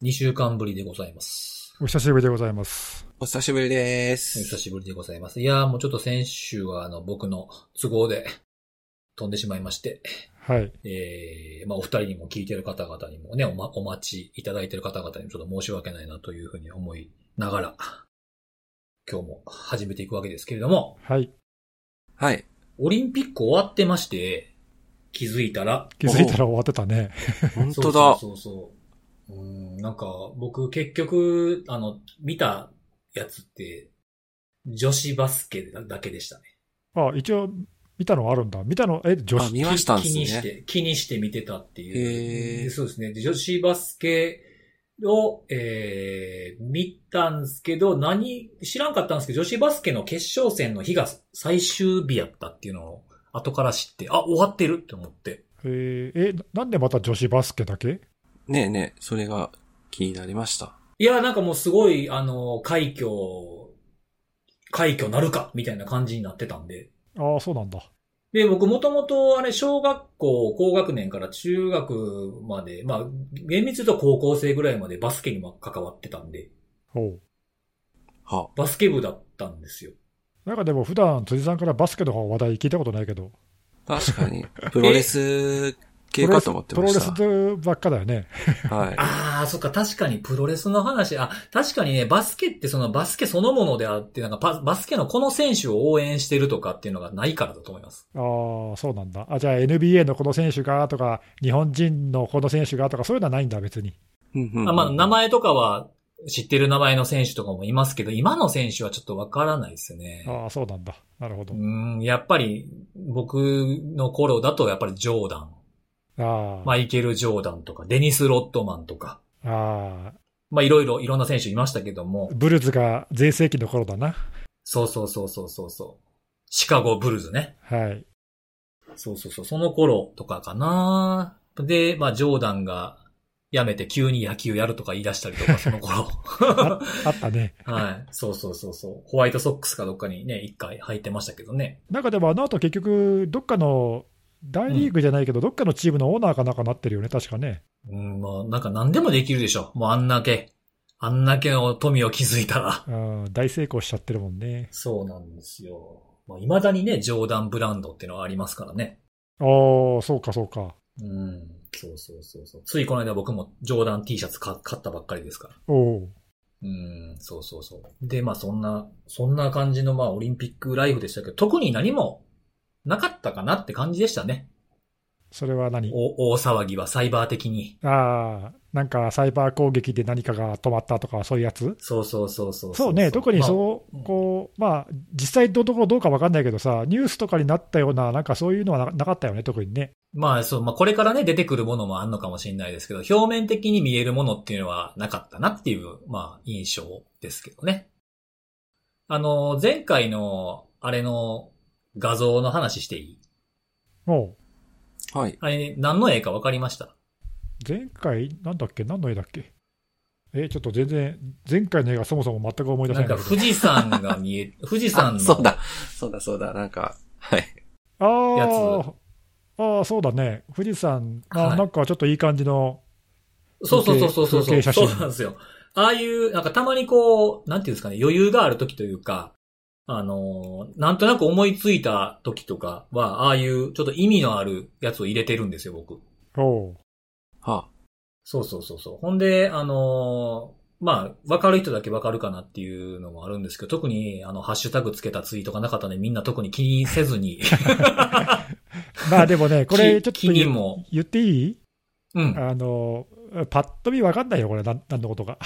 2週間ぶりでございます。 お久しぶりでございます。 お久しぶりです。 お久しぶりでございます。いやーもうちょっと先週は僕の都合で飛んでしまいまして。 はい。 お二人にも聞いてる方々にもね、お待ちいただいてる方々にもちょっと申し訳ないなというふうに思いながら、今日も始めていくわけですけれども。 はい。 はい。 オリンピック終わってまして、気づいたら終わってたね。 本当だ。 そうなんか僕結局見たやつって女子バスケだけでしたね。 あ、一応見たのあるんだ。見たの女子見ましたんですね。 気にして見てたっていう。そうですね。女子バスケを、見たんですけど、知らんかったんですけど、女子バスケの決勝戦の日が最終日やったっていうのを後から知って、終わってるって思って。 なんでまた女子バスケだけ？ ねえ、それが気になりました。 いや、なんかもうすごい、快挙なるか、みたいな感じになってたんで。 ああ、そうなんだ。 で、僕もともと小学校、高学年から中学まで、厳密に言うと高校生ぐらいまでバスケにも関わってたんで。 ほう。 はバスケ部だったんですよ。 なんかでも普段辻さんからバスケの話題聞いたことないけど。 確かに。プロレス系かと思ってました。 プロレスばっかだよね。 はい。 そっか、確かにプロレスの話、確かにね、バスケってバスケそのものであって、なんかバスケのこの選手を応援してるとかっていうのがないからだと思います。 ああ、そうなんだ。じゃあ NBA のこの選手がとか、日本人のこの選手がとか、そういうのはないんだ、別に。 名前とかは知ってる名前の選手とかもいますけど、今の選手はちょっとわからないですよね。 ああ、そうなんだ。なるほど。 やっぱり僕の頃だとやっぱりジョーダン。マイケル・ジョーダンとか、デニス・ロッドマンとか。いろんな選手いましたけども。 ブルズが全盛期の頃だな。 そう。シカゴ・ブルズね。 はい。 そう。その頃とかかな。で、ジョーダンが辞めて急に野球やるとか言い出したりとか、その頃。 あったね。 はい。そう。ホワイトソックスかどっかにね、一回入ってましたけどね。 なんかでもあの後結局、どっかの、大リーグじゃないけど、どっかのチームのオーナーかなんかなってるよね、確かね。 なんか何でもできるでしょ。もうあんだけの富を築いたら。 大成功しちゃってるもんね。 そうなんですよ。未だにね、ジョーダンブランドっていうのはありますからね。 そうか。 そう。ついこの間僕もジョーダン T シャツ買ったばっかりですから。そう。で、そんな感じのオリンピックライフでしたけど、特に何もなかったかなって感じでしたね。 それは何？ 大騒ぎはサイバー的に。 なんかサイバー攻撃で何かが止まったとかそういうやつ？ そう。 そうね、特に実際どうかわかんないけどさ、ニュースとかになったような、なんかそういうのはなかったよね、特にね。 これからね、出てくるものもあんのかもしれないですけど、表面的に見えるものっていうのはなかったなっていう、印象ですけどね。前回の、あれの画像の話していい？ はい。 あれ、何の絵かわかりました？ 前回、何の絵だっけ？ちょっと全然、前回の絵がそもそも全く思い出せないんだけど。 なんか富士山が見え、富士山の。 そうだ、なんか、はい。 やつ。そうだね。富士山、なんかちょっといい感じのそう。 風景写真。 そうなんですよ。ああいう、なんかたまにこう、なんていうんですかね、余裕がある時というか、なんとなく思いついた時とかは、ああいうちょっと意味のあるやつを入れてるんですよ、僕。そう。ほんで、わかる人だけわかるかなっていうのもあるんですけど、特に、ハッシュタグつけたツイートがなかったので、みんな特に気にせずに。 でもね、これちょっと言っていい？ うん。 パッと見わかんないよ、これ、何のことか。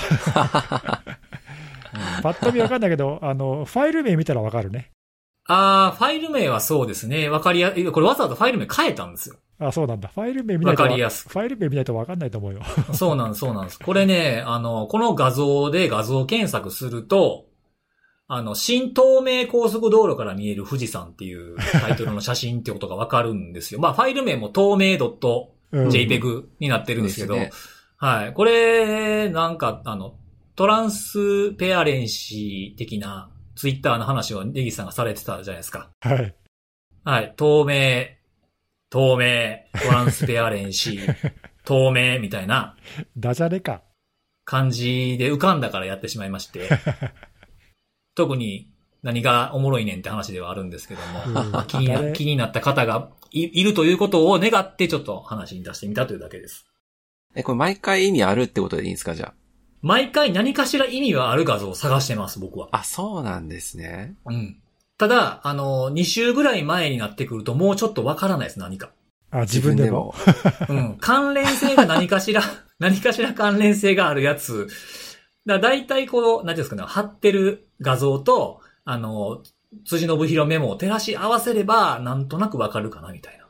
パッと見わかんないけど、ファイル名見たらわかるね。 ファイル名はそうですね。わかりや、これわざわざファイル名変えたんですよ。 そうなんだ。ファイル名見ないと。 わかりやすく。 ファイル名見ないとわかんないと思うよ。 そうなんです。これね、この画像で画像検索すると、新東名高速道路から見える富士山っていうタイトルの写真ってことがわかるんですよ。ファイル名も東名 .jpeg になってるんですけど、はい。これ、なんか、トランスペアレンシー的なツイッターの話をネギさんがされてたじゃないですか。 はい。 はい。透明、トランスペアレンシー、透明みたいな。 ダジャレか。 感じで浮かんだからやってしまいまして、特に何がおもろいねんって話ではあるんですけども、気になった方がいるということを願ってちょっと話に出してみたというだけです。 これ毎回意味あるってことでいいんですか、じゃあ。 毎回何かしら意味はある画像を探してます、僕は。 あ、そうなんですね。 うん。ただ、2週ぐらい前になってくるともうちょっとわからないです、何か。 あ、自分でも。 うん。関連性が何かしら関連性があるやつ。だいたいこの、なんていうんですかね、貼ってる画像と、辻信弘メモを照らし合わせれば、なんとなくわかるかな、みたいな。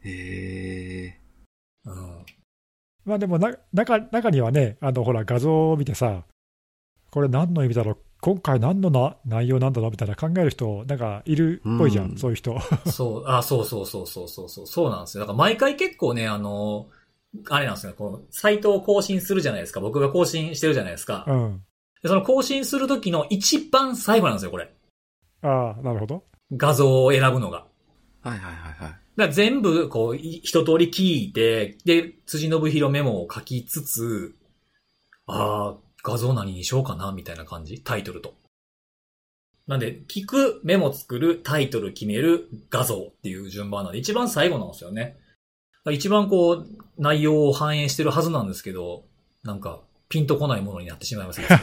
うん。 まあでも中にはね、ほら、画像を見てさ、これ何の意味だろう、今回何の内容なんだろうみたいな考える人、なんかいるっぽいじゃん、そういう人。 そう、そうなんですよ。だから毎回結構ね、あれなんですよね、このサイトを更新するじゃないですか。僕が更新してるじゃないですか。 うん。 でその更新する時の一番最後なんですよ、これ。 ああ、なるほど。 画像を選ぶのが。 はいはいはいはい。 だから全部、こう、一通り聞いて、で、辻信弘メモを書きつつ、画像何にしようかな、みたいな感じ。タイトルと。なんで、聞く、メモ作る、タイトル決める、画像っていう順番なんで、一番最後なんですよね。一番こう、内容を反映してるはずなんですけど、なんか、ピンとこないものになってしまいますね。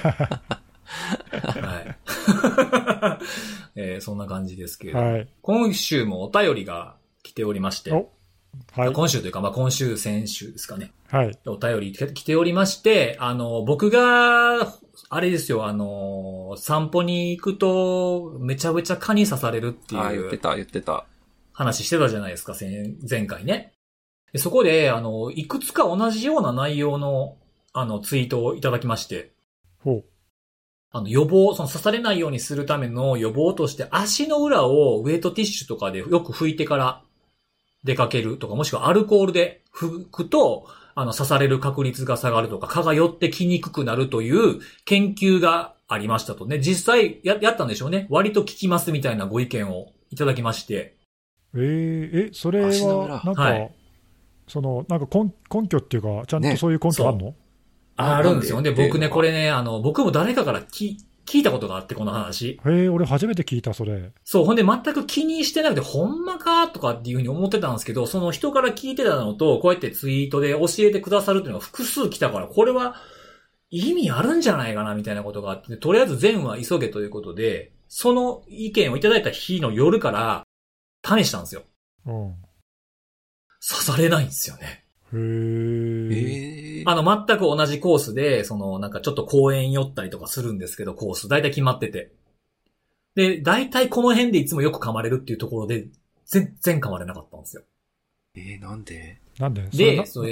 はい。そんな感じですけれど、はい、今週もお便りが来ておりまして、はい、今週というか、まあ、今週、先週ですかね。はい。お便り来ておりまして、僕が、あれですよ、散歩に行くと、めちゃめちゃ蚊に刺されるっていう。 言ってた。 話してたじゃないですか、前回ね。でそこで、いくつか同じような内容の、ツイートをいただきまして。 ほう。 予防、その刺されないようにするための予防として、足の裏をウェットティッシュとかでよく拭いてから出かけるとか、もしくはアルコールで拭くと、刺される確率が下がるとか、蚊が寄ってきにくくなるという研究がありましたとね。実際やったんでしょうね。割と効きますみたいなご意見をいただきまして。 それは、なんか、はい、なんか根拠っていうか、ちゃんとそういう根拠あるの？ ね、あるんですよ。で、僕ね、これね、僕も誰かから聞いたことがあって、この話。 俺初めて聞いた、それ。 そう、ほんで全く気にしてなくて、ほんまかとかっていうふうに思ってたんですけど、その人から聞いてたのと、こうやってツイートで教えてくださるっていうのが複数来たから、これは意味あるんじゃないかな、みたいなことがあって、とりあえず全は急げということで、その意見をいただいた日の夜から試したんですよ。 うん。 刺されないんですよね。 全く同じコースで、なんかちょっと公園寄ったりとかするんですけど、コース、だいたい決まってて。で、だいたいこの辺でいつもよく噛まれるっていうところで、全然噛まれなかったんですよ。 なんでで、そう。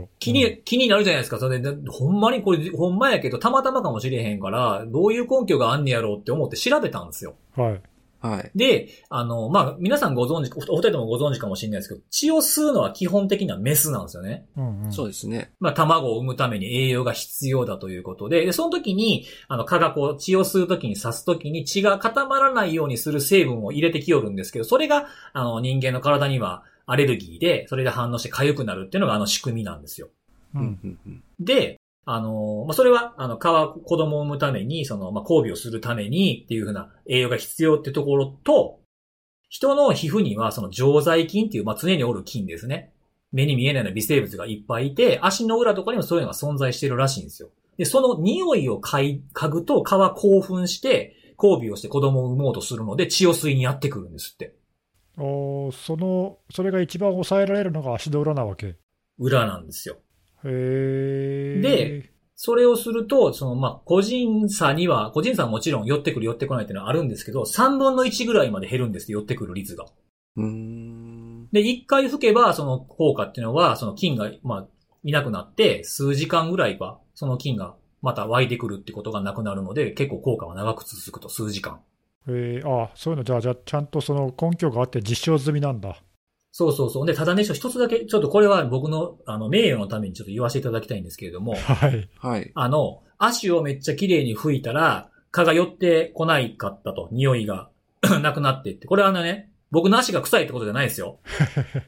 気になるじゃないですか。それで、ほんまにこれ、ほんまやけど、たまたまかもしれへんから、どういう根拠があんねやろうって思って調べたんですよ。 はい。 はい。 で、皆さんご存知、お二人ともご存知かもしれないですけど、血を吸うのは基本的にはメスなんですよね。 うんうん、 そうですね。 卵を産むために栄養が必要だということで、その時に、蚊がこう、血を吸う時に刺す時に血が固まらないようにする成分を入れてきよるんですけど、それが、人間の体にはアレルギーで、それで反応して痒くなるっていうのが仕組みなんですよ。で、それは、蚊は子供を産むために、交尾をするためにっていうふうな栄養が必要っていうところと、人の皮膚には常在菌っていう、常におる菌ですね。目に見えないような微生物がいっぱいいて、足の裏とかにもそういうのが存在しているらしいんですよ。で、その匂いを嗅ぐと蚊は興奮して、交尾をして子供を産もうとするので血を吸いにやってくるんですって。 それが一番抑えられるのが足の裏なわけ。 裏なんですよ。 で、 それをすると、個人差はもちろん寄ってくる寄ってこないっていうのはあるんですけど、3分の1ぐらいまで減るんですよ、寄ってくる率が。で、1回吹けば、その効果っていうのは、その菌が、いなくなって、数時間ぐらいは、その菌がまた湧いてくるってことがなくなるので、結構効果は長く続くと、数時間。 そういうの、じゃあ、ちゃんとその根拠があって実証済みなんだ。 そう。で、ただね、一つだけ、ちょっとこれは僕の、名誉のためにちょっと言わせていただきたいんですけれども。 はい。 はい。 足をめっちゃ綺麗に拭いたら、蚊が寄ってこないかったと、匂いがなくなってって。これはね、僕の足が臭いってことじゃないですよ。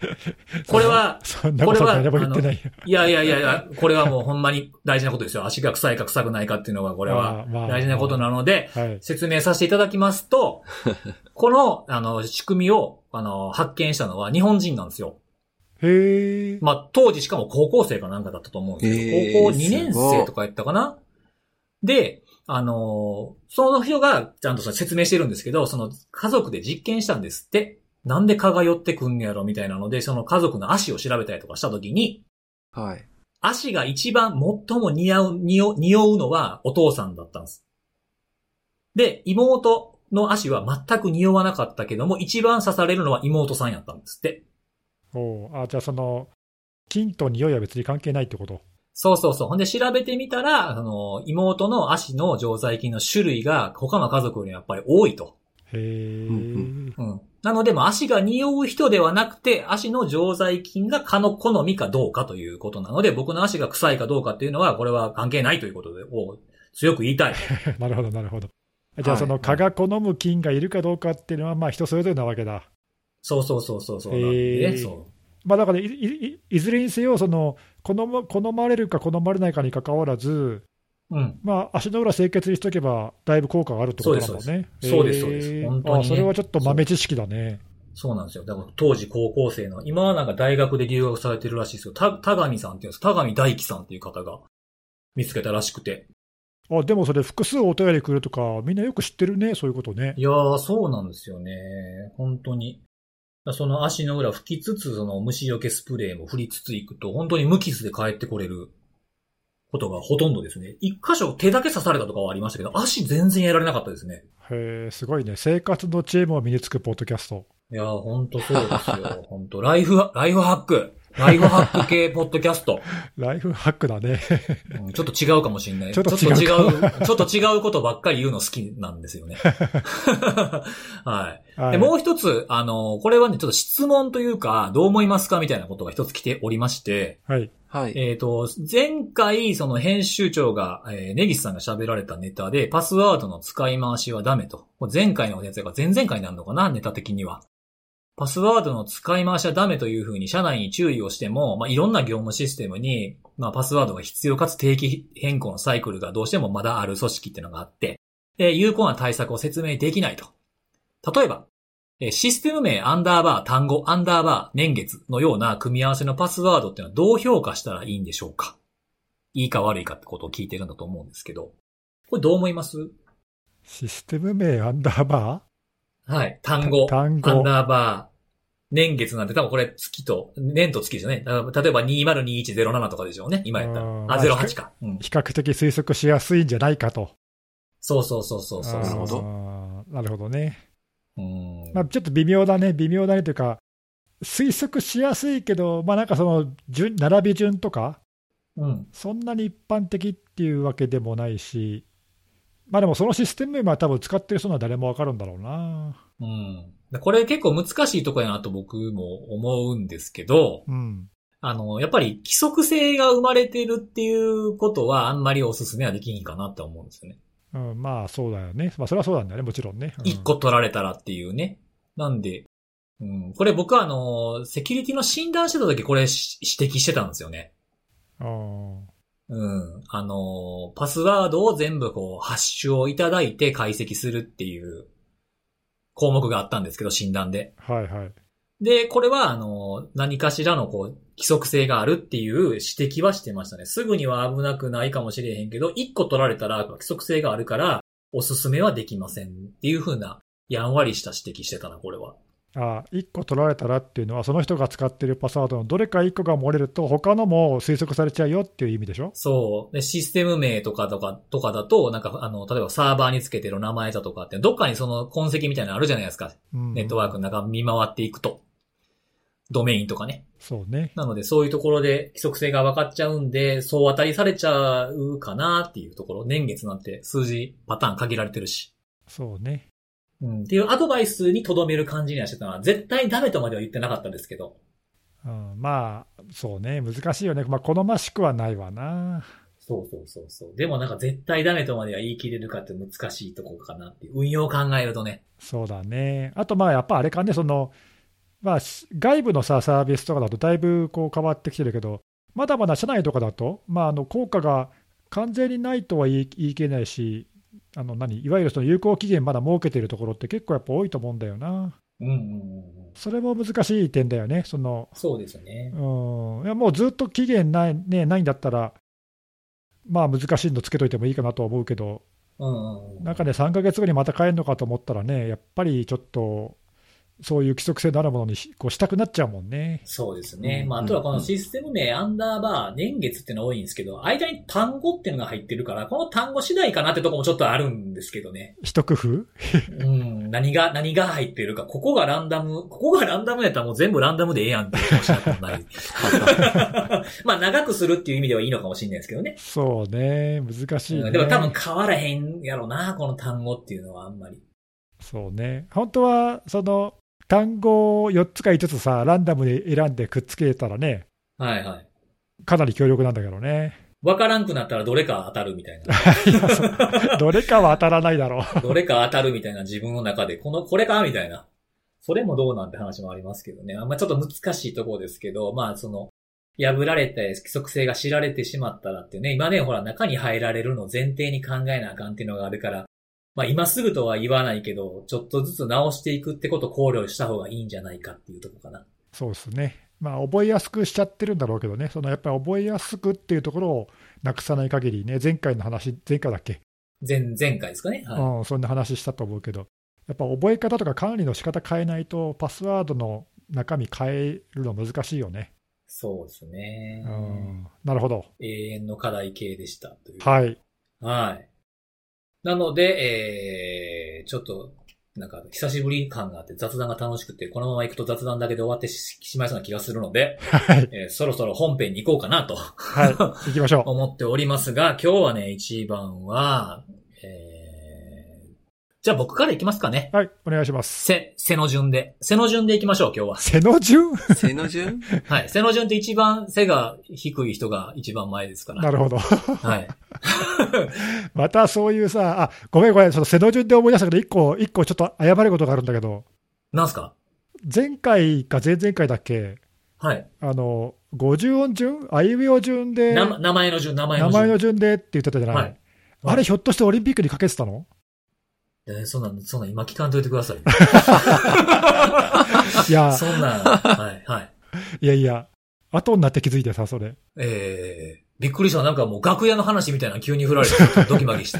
これは、 そんなこと誰も言ってないよ。 いや、これはもうほんまに大事なことですよ。足が臭いか臭くないかっていうのが、これは大事なことなので、説明させていただきますと、この、仕組みを、発見したのは日本人なんですよ。 へー。 まあ、当時しかも高校生かなんかだったと思うんですけど、高校2年生とかやったかな。で、その人がちゃんと説明してるんですけど、その家族で実験したんですって。なんで蚊が寄ってくんねやろみたいなので、その家族の足を調べたりとかしたときに、 はい。 足が一番最も匂うのはお父さんだったんです。で、妹の足は全く匂わなかったけども、一番刺されるのは妹さんやったんですって。 じゃあその、菌と匂いは別に関係ないってこと？ そう。ほんで調べてみたら、妹の足の常在菌の種類が他の家族よりやっぱり多いと。 へー。 うん。なので、足が匂う人ではなくて、足の常在菌が蚊の好みかどうかということなので、僕の足が臭いかどうかっていうのは、これは関係ないということで、強く言いたい。 なるほど。じゃあその蚊が好む菌がいるかどうかっていうのは、まあ人それぞれなわけだ。 そう。 まあだからいずれにせよ、その、好まれるか好まれないかにかかわらず、 うん。 まあ足の裏清潔にしとけば、だいぶ効果があるってことなんだね。 そうです。本当に、ね。 それはちょっと豆知識だね。 そうなんですよ。だから当時高校生の、今はなんか大学で留学されてるらしいですよ。田上さんっていうんです。田上大樹さんっていう方が見つけたらしくて。 でもそれ複数お便り来るとか、みんなよく知ってるね、そういうことね。 いやー、そうなんですよね。本当に。その足の裏拭きつつ、その虫除けスプレーも振りつついくと、本当に無傷で帰ってこれることがほとんどですね。一箇所手だけ刺されたとかはありましたけど、足全然やられなかったですね。 へー、すごいね。生活の知恵も身につくポッドキャスト。 いやー、本当そうですよ。本当ライフハック系ポッドキャスト。 ライフハックだね。 ちょっと違うかもしれない。ちょっと違うことばっかり言うの好きなんですよね。はい。で、もう一つ、これはね、ちょっと質問というか、どう思いますかみたいなことが一つ来ておりまして。 はい。 前回、その編集長が、根岸さんが喋られたネタで、パスワードの使い回しはダメと。前回のやつが前々回になるのかな、ネタ的には。パスワードの使い回しはダメというふうに社内に注意をしても、いろんな業務システムに、パスワードが必要かつ定期変更のサイクルがどうしてもまだある組織っていうのがあって、有効な対策を説明できないと。例えば、システム名単語年月のような組み合わせのパスワードっていうのはどう評価したらいいんでしょうか？いいか悪いかってことを聞いてるんだと思うんですけど、これどう思います？ システム名はい。単語年月なんて多分これ年と月ですよね。例えば202107とかでしょうね。今やったら。08か。 比較的推測しやすいんじゃないかと。 そう。 なるほど。 なるほどね。ちょっと微妙だねというか、推測しやすいけど、なんかその並び順とか、そんなに一般的っていうわけでもないし、でもそのシステム名は多分使ってる人は誰もわかるんだろうな。 これ結構難しいところやなと僕も思うんですけど、やっぱり規則性が生まれてるっていうことはあんまりおすすめはできひんかなって思うんですよね。 そうだよね。それはそうなんだよね、もちろんね。 一個取られたらっていうね。なんで、これ僕はセキュリティの診断してた時これ指摘してたんですよね。パスワードを全部ハッシュをいただいて解析するっていう項目があったんですけど、診断で。で、これは何かしらの規則性があるっていう指摘はしてましたね。すぐには危なくないかもしれへんけど、一個取られたら規則性があるからおすすめはできませんっていう風なやんわりした指摘してたな、これは。 1個取られたらっていうのは、その人が使っているパスワードのどれか1個が漏れると、他のも推測されちゃうよっていう意味でしょ？ そう。で、システム名とかだと、なんか、例えばサーバーにつけてる名前だとかって、どっかにその痕跡みたいなのあるじゃないですか。ネットワークの中見回っていくと。ドメインとかね。 そうね。 なので、そういうところで規則性が分かっちゃうんで、総当たりされちゃうかなっていうところ。年月なんて数字、パターン限られてるし。 そうね。 っていうアドバイスに留める感じにはしてたのは、絶対ダメとまでは言ってなかったんですけど。 そうね。難しいよね。好ましくはないわな。 そう。でもなんか絶対ダメとまでは言い切れるかって難しいところかなっていう。運用を考えるとね。 そうだね。あとやっぱあれかね、 まあ、外部のさ、サービスとかだとだいぶこう変わってきてるけど、まだまだ社内とかだと、まあ、効果が完全にないとは言い切れないし、いわゆるその有効期限まだ設けているところって結構やっぱ多いと思うんだよな。それも難しい点だよね。 そうですよね。 いやもうずっと期限ない、ね、ないんだったら、まあ難しいのつけといてもいいかなとは思うけど、なんかね、3ヶ月後にまた変えるのかと思ったらね、やっぱりちょっと、そういう規則性のあるものにこうしたくなっちゃうもんね。 そうですね。まあ、あとはこのシステム名、アンダーバー、年月っていうのは多いんですけど、間に単語っていうのが入ってるから、この単語次第かなってとこもちょっとあるんですけどね。 一工夫何が入ってるか。ここがランダムやったらもう全部ランダムでええやんっていう気もしなくもない。まあ、長くするっていう意味ではいいのかもしれないですけどね。 そうね。難しいね。 でも多分変わらへんやろな、この単語っていうのはあんまり。 そうね。本当は、単語を4つか5つさ、ランダムで選んでくっつけたらね、 はいはい。 かなり強力なんだけどね。 わからんくなったらどれか当たるみたいな。 どれかは当たらないだろう。 どれか当たるみたいな自分の中で、これかみたいな。それもどうなんて話もありますけどね。まあちょっと難しいところですけど、まあ破られた規則性が知られてしまったらっていうね、今ね、ほら中に入られるのを前提に考えなあかんっていうのがあるから、まあ今すぐとは言わないけど、ちょっとずつ直していくってことを考慮した方がいいんじゃないかっていうところかな。 そうですね。まあ覚えやすくしちゃってるんだろうけどね、やっぱり覚えやすくっていうところをなくさない限りね、前回だっけ前回ですかね。 はい。そんな話したと思うけど、やっぱ覚え方とか管理の仕方変えないと、パスワードの中身変えるの難しいよね。 そうですね。 なるほど。 永遠の課題系でしたという。 はい。 はい。なので、ちょっと、なんか、久しぶり感があって雑談が楽しくて、このまま行くと雑談だけで終わってしまいそうな気がするので、 はい。 そろそろ本編に行こうかなと。 はい。行きましょう。 思っておりますが、今日はね、一番は、じゃあ僕から行きますかね。 はい、お願いします。 背の順で行きましょう、今日は。 背の順背の順はい。背の順って一番背が低い人が一番前ですから。 なるほど。 はい。 またそういうさ、ごめん、背の順で思い出したけど、一個ちょっと謝ることがあるんだけど。 なんすか？ 前回か前々回だっけ？ はい。 50音順？あいうえお順で。 名前の順でって言ってたじゃない？はい。あれひょっとしてオリンピックにかけてたの？ そんなん今聞かんといてください。 いや、 そんな、はい。 いや、後になって気づいてさ、それ。 びっくりした。なんかもう楽屋の話みたいな急に振られて、ドキマキして。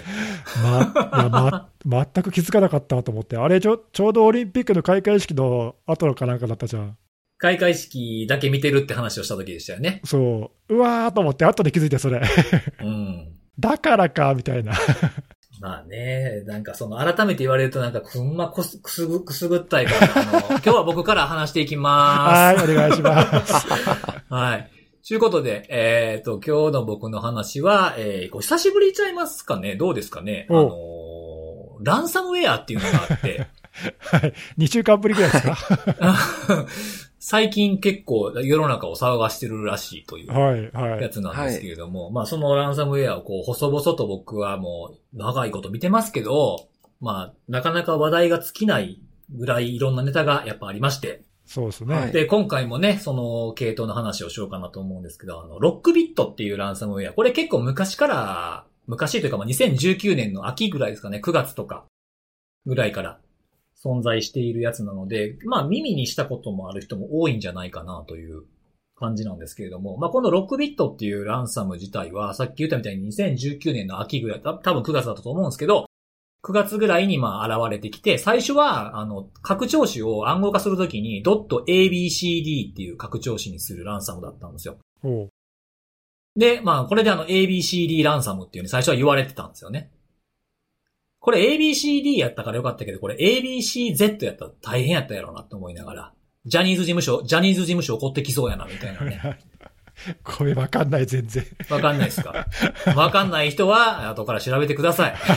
全く気づかなかったと思って。あれちょうどオリンピックの開会式の後のかなんかだったじゃん。 開会式だけ見てるって話をした時でしたよね。 そう。うわーと思って後で気づいて、それ。だからか、みたいな。 まあね、なんか改めて言われるとなんかくすぐったいから、今日は僕から話していきます。 はい、お願いします。 はい。ということで、今日の僕の話は、久しぶりちゃいますかね？どうですかね？ランサムウェアっていうのがあって。 はい。2週間ぶりぐらいですか？ 最近結構世の中を騒がしてるらしいというやつなんですけれども、まあそのランサムウェアを細々と僕はもう長いこと見てますけど、まあなかなか話題が尽きないぐらいいろんなネタがやっぱありまして。 そうですね。 で、今回もね、その系統の話をしようかなと思うんですけど、ロックビットっていうランサムウェア、これ結構昔というか2019年の秋ぐらいですかね、9月とかぐらいから存在しているやつなので、まあ耳にしたこともある人も多いんじゃないかなという感じなんですけれども、まあこのロックビットっていうランサム自体は、さっき言ったみたいに2019年の秋ぐらい、多分9月だったと思うんですけど、9月ぐらいにまあ現れてきて、最初は拡張子を暗号化するときに .abcd っていう拡張子にするランサムだったんですよ。で、まあこれでABCD ランサムっていう風に最初は言われてたんですよね。これ ABCD やったからよかったけど、これ ABCZ やったら大変やったやろうなって思いながら、ジャニーズ事務所怒ってきそうやなみたいなね。 これわかんない、全然。 わかんないですか？わかんない人は後から調べてください。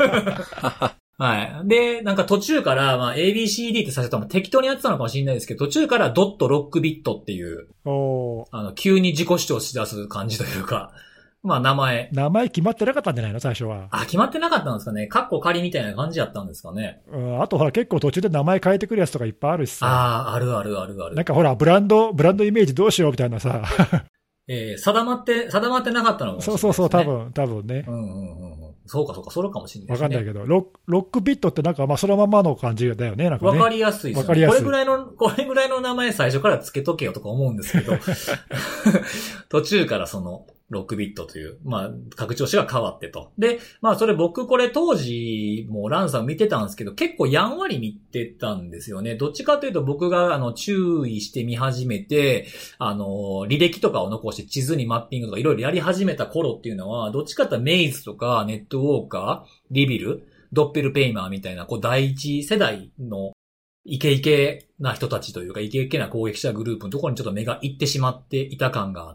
はい。で、なんか途中から、まあ ABCD って最初多分適当にやってたのかもしれないですけど、途中からドットロックビットっていう、急に自己主張し出す感じというか、 まあ名前。 名前決まってなかったんじゃないの最初は。 あ、決まってなかったんですかね。カッコ仮みたいな感じだったんですかね。 あとほら結構途中で名前変えてくるやつとかいっぱいあるしさ。 ああ、ある。 なんかほらブランドイメージどうしようみたいなさ。 定まってなかったのかもしれないですね。 そう、多分ね。 そうか、それかもしれないですね。 わかんないけど、ロックビットってなんかまあそのままの感じだよね、なんかね。 わかりやすいですね。これぐらいの名前最初から付けとけよとか思うんですけど、途中からその、ロックビットという、まあ、拡張子が変わってと。で、まあ、それ僕これ当時もランさん見てたんですけど、結構やんわり見てたんですよね。どっちかというと僕が注意して見始めて、履歴とかを残して地図にマッピングとかいろいろやり始めた頃っていうのは、どっちかというとメイズとかネットウォーカー、リビル、ドッペルペイマーみたいな、こう第一世代のイケイケな人たちというか、イケイケな攻撃者グループのところにちょっと目が行ってしまっていた感があって、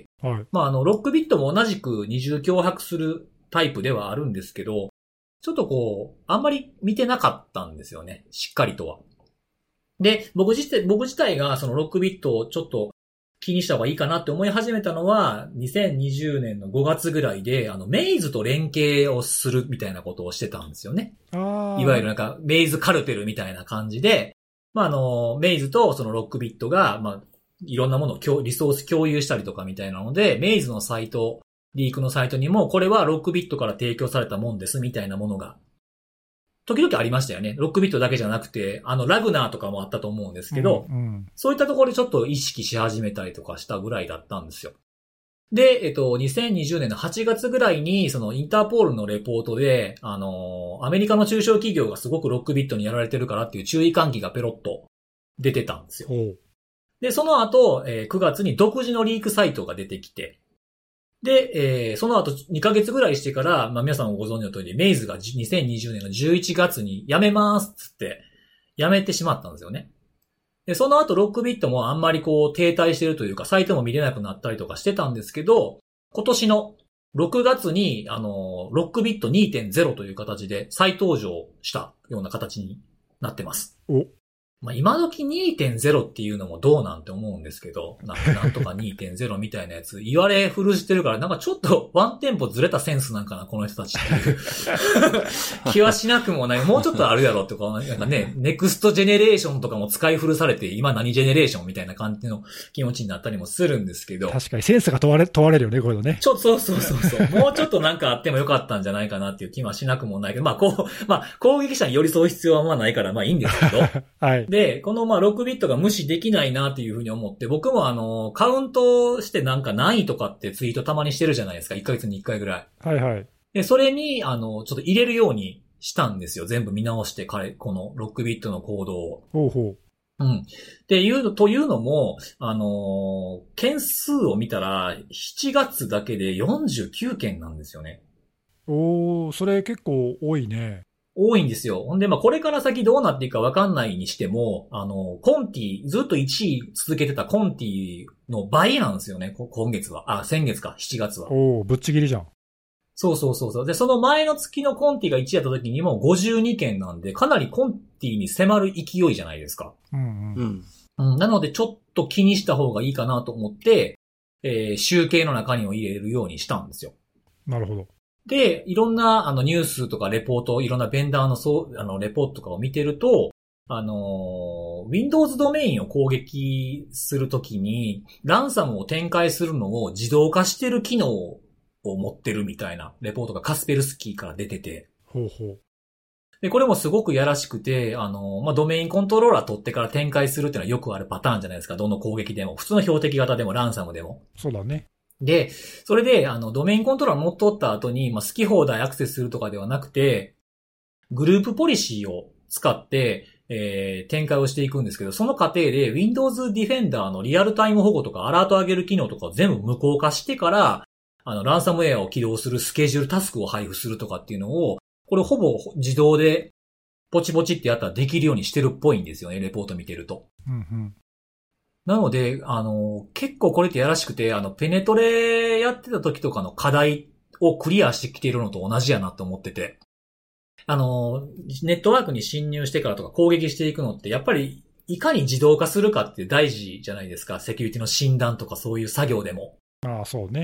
はい。まあロックビットも同じく二重脅迫するタイプではあるんですけど、ちょっとこう、あんまり見てなかったんですよね。しっかりとは。で、僕自体がそのロックビットをちょっと気にした方がいいかなって思い始めたのは、2020年の5月ぐらいで、メイズと連携をするみたいなことをしてたんですよね。いわゆるなんか、メイズカルテルみたいな感じで、まあ、メイズとそのロックビットが、まあ、いろんなものをリソース共有したりとかみたいなので、メイズのサイト、リークのサイトにも、これはロックビットから提供されたもんですみたいなものが、時々ありましたよね。ロックビットだけじゃなくて、ラグナーとかもあったと思うんですけど、そういったところでちょっと意識し始めたりとかしたぐらいだったんですよ。で、2020年の8月ぐらいに、そのインターポールのレポートで、アメリカの中小企業がすごくロックビットにやられてるからっていう注意喚起がペロッと出てたんですよ。で、その後、9月に独自のリークサイトが出てきて、で、その後2ヶ月ぐらいしてから、まあ皆さんご存知の通り、メイズが2020年の11月に辞めますっつって辞めてしまったんですよね。で、その後ロックビットもあんまりこう停滞してるというか、サイトも見れなくなったりとかしてたんですけど、今年の6月に、ロックビット 2.0 という形で再登場したような形になってます。まあ、今時 2.0 っていうのもどうなんて思うんですけど、なんとか 2.0 みたいなやつ言われ古してるから、なんかちょっとワンテンポずれたセンスなんかな、この人たちっていう気はしなくもない。もうちょっとあるやろってか、なんかね、ネクストジェネレーションとかも使い古されて、今何ジェネレーションみたいな感じの気持ちになったりもするんですけど。 確かにセンスが問われるよね、これね。 そう。もうちょっとなんかあってもよかったんじゃないかなっていう気はしなくもないけど、まあ攻撃者に寄り添う必要はまあないから、まあいいんですけど。はい。で、このロックビットが無視できないなっていうふうに思って、僕もカウントしてなんか何位とかってツイートたまにしてるじゃないですか。1ヶ月に1回ぐらい。はいはい。で、それに、ちょっと入れるようにしたんですよ。全部見直して、このロックビットの行動を。ほう。というのも、件数を見たら、7月だけで49件なんですよね。 それ結構多いね。 多いんですよ。ほんで、これから先どうなっていくかわかんないにしても、コンティ、ずっと1位続けてたコンティの倍なんですよね、先月か、7月は。 ぶっちぎりじゃん。 そう。で、その前の月のコンティが1位やった時にも52件なんで、かなりコンティに迫る勢いじゃないですか。なので、ちょっと気にした方がいいかなと思って、集計の中にも入れるようにしたんですよ。 なるほど。 で、いろんなニュースとかレポート、いろんなベンダーのレポートとかを見てると、Windows ドメインを攻撃するときに、ランサムを展開するのを自動化してる機能を持ってるみたいなレポートがカスペルスキーから出てて。ほう。で、これもすごくやらしくて、ドメインコントローラー取ってから展開するっていうのはよくあるパターンじゃないですか。どの攻撃でも。普通の標的型でもランサムでも。 そうだね。 で、それで、ドメインコントローラー持っとった後に、好き放題アクセスするとかではなくて、グループポリシーを使って、展開をしていくんですけど、その過程で Windows Defender のリアルタイム保護とかアラート上げる機能とかを全部無効化してから、ランサムウェアを起動するスケジュールタスクを配布するとかっていうのを、これほぼ自動でポチポチってやったらできるようにしてるっぽいんですよね、レポート見てると。なので、結構これってやらしくて、ペネトレやってた時とかの課題をクリアしてきているのと同じやなと思ってて。ネットワークに侵入してからとか攻撃していくのって、やっぱり、いかに自動化するかって大事じゃないですか。セキュリティの診断とかそういう作業でも。 ああ、そうね。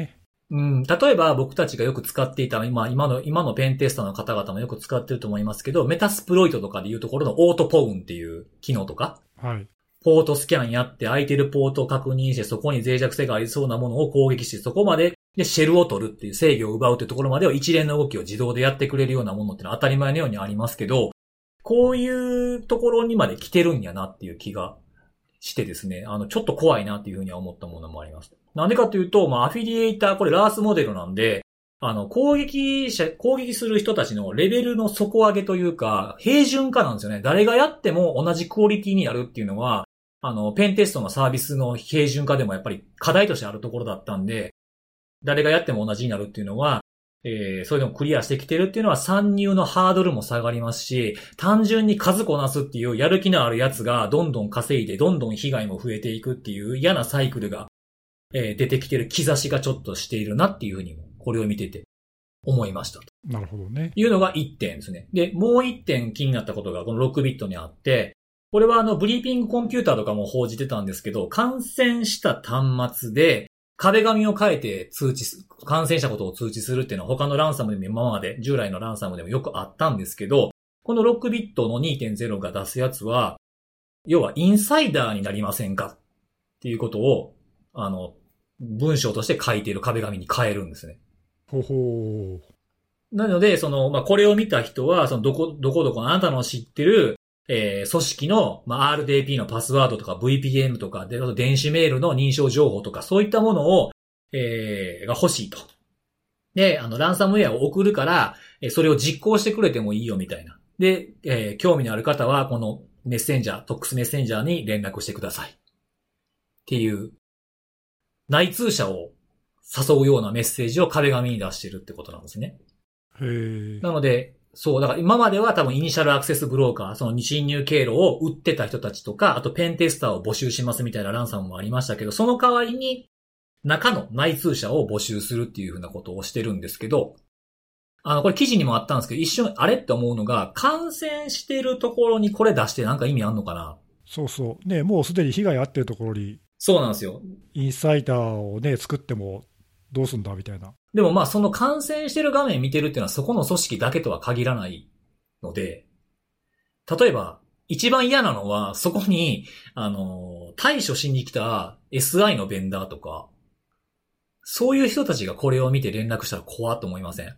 例えば僕たちがよく使っていた、今のペンテスターの方々もよく使ってると思いますけど、メタスプロイトとかでいうところのオートポウンっていう機能とか、 はい。 ポートスキャンやって空いてるポートを確認して、そこに脆弱性がありそうなものを攻撃して、そこまででシェルを取るっていう制御を奪うっていうところまでを一連の動きを自動でやってくれるようなものってのは当たり前のようにありますけど、こういうところにまで来てるんやなっていう気がしてですね、ちょっと怖いなっていうふうには思ったものもあります。なんでかというと、アフィリエイター、これラースモデルなんで、攻撃する人たちのレベルの底上げというか、平準化なんですよね。誰がやっても同じクオリティになるっていうのは、ペンテストのサービスの平準化でもやっぱり課題としてあるところだったんで、誰がやっても同じになるっていうのは、それでもクリアしてきてるっていうのは参入のハードルも下がりますし、単純に数こなすっていうやる気のあるやつがどんどん稼いで、どんどん被害も増えていくっていう嫌なサイクルが、出てきてる兆しがちょっとしているなっていうふうにも、これを見てて思いました。 なるほどね。 いうのが1点ですね。で、もう1点気になったことがこの6ビットにあって、これはブリーピングコンピューターとかも報じてたんですけど、感染した端末で壁紙を変えて感染したことを通知するっていうのは他のランサムでも今まで従来のランサムでもよくあったんですけど、この6ビットの 2.0 が出すやつは、要はインサイダーになりませんかっていうことを、文章として書いている壁紙に変えるんですね。 ほほー。なので、これを見た人は、どこのあなたの知ってる、組織の、RDP のパスワードとか VPN とかで、電子メールの認証情報とか、そういったものを、が欲しいと。で、ランサムウェアを送るから、それを実行してくれてもいいよみたいな。で、興味のある方は、このメッセンジャー、トックスメッセンジャーに連絡してください。っていう、内通者を誘うようなメッセージを壁紙に出してるってことなんですね。 へー。 なので、そう、だから今までは多分イニシャルアクセスブローカー、その侵入経路を売ってた人たちとか、あとペンテスターを募集しますみたいなランサムもありましたけど、その代わりに中の内通者を募集するっていうふうなことをしてるんですけど、これ記事にもあったんですけど、一瞬あれって思うのが、感染してるところにこれ出してなんか意味あんのかな？ そうそう。ね、もうすでに被害あってるところに。 そうなんですよ。 インサイダーをね、作ってもどうすんだみたいな。 でもその感染してる画面見てるっていうのはそこの組織だけとは限らないので、例えば、一番嫌なのは、そこに、対処しに来た SI のベンダーとか、そういう人たちがこれを見て連絡したら怖っと思いません？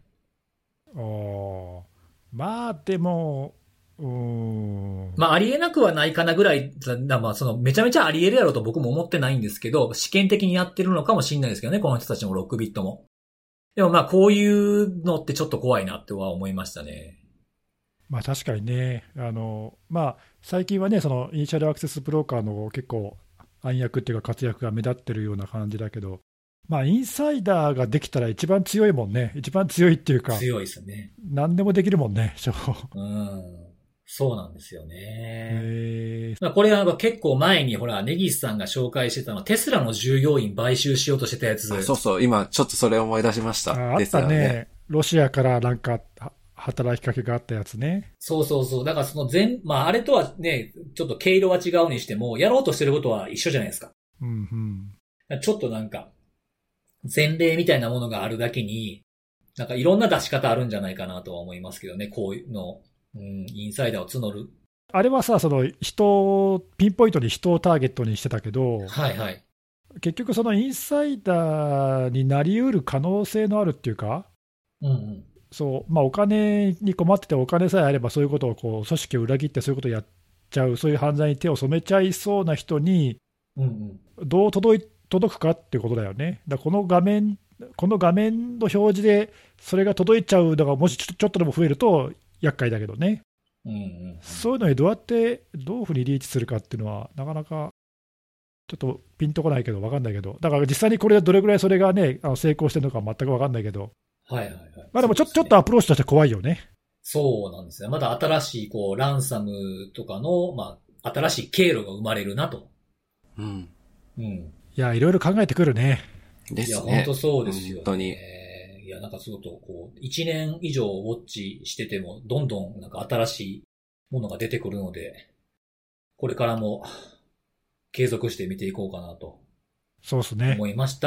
でも、 ありえなくはないかなぐらい、めちゃめちゃありえるやろと僕も思ってないんですけど、試験的にやってるのかもしれないですけどね、この人たちも6ビットも。でもこういうのってちょっと怖いなっては思いましたね。 確かにね、最近はね、そのイニシャルアクセスブローカーの結構暗躍っていうか活躍が目立ってるような感じだけど、インサイダーができたら一番強いもんね。一番強いっていうか。 強いですね。 何でもできるもんね、 そうなんですよね。これは結構前に根岸さんが紹介してたテスラの従業員買収しようとしてたやつ。 そうそう、今ちょっとそれ思い出しました。 あったね。ロシアからなんか働きかけがあったやつね。 そう。だからあれとはね、ちょっと毛色は違うにしても、やろうとしてることは一緒じゃないですか。ちょっとなんか、前例みたいなものがあるだけに、なんかいろんな出し方あるんじゃないかなとは思いますけどね、こういうの。インサイダーを募る。 あれはさ、ピンポイントに人をターゲットにしてたけど、 はいはい。 結局そのインサイダーになり得る可能性のあるっていうか、お金に困っててお金さえあればそういうことを組織を裏切ってそういうことをやっちゃう、そういう犯罪に手を染めちゃいそうな人に、どう届くかっていうことだよね。だからこの画面の表示でそれが届いちゃうのがもしちょっとでも増えると厄介だけどね。そういうのにどういうふうにリーチするかっていうのはなかなかちょっとピンとこないけど分かんないけど、だから実際にこれでどれぐらいそれがね成功してるのか全く分かんないけど、でもちょっとアプローチとして怖いよね。 そうなんですね。まだ新しいランサムとかの新しい経路が生まれるなと。 いやいろいろ考えてくるね。 ですね。 いや本当そうですよね。 本当に。 いやなんかすごく1年以上ウォッチしててもどんどんなんか新しいものが出てくるので、これからも継続して見ていこうかなと。 そうですね。 思いました。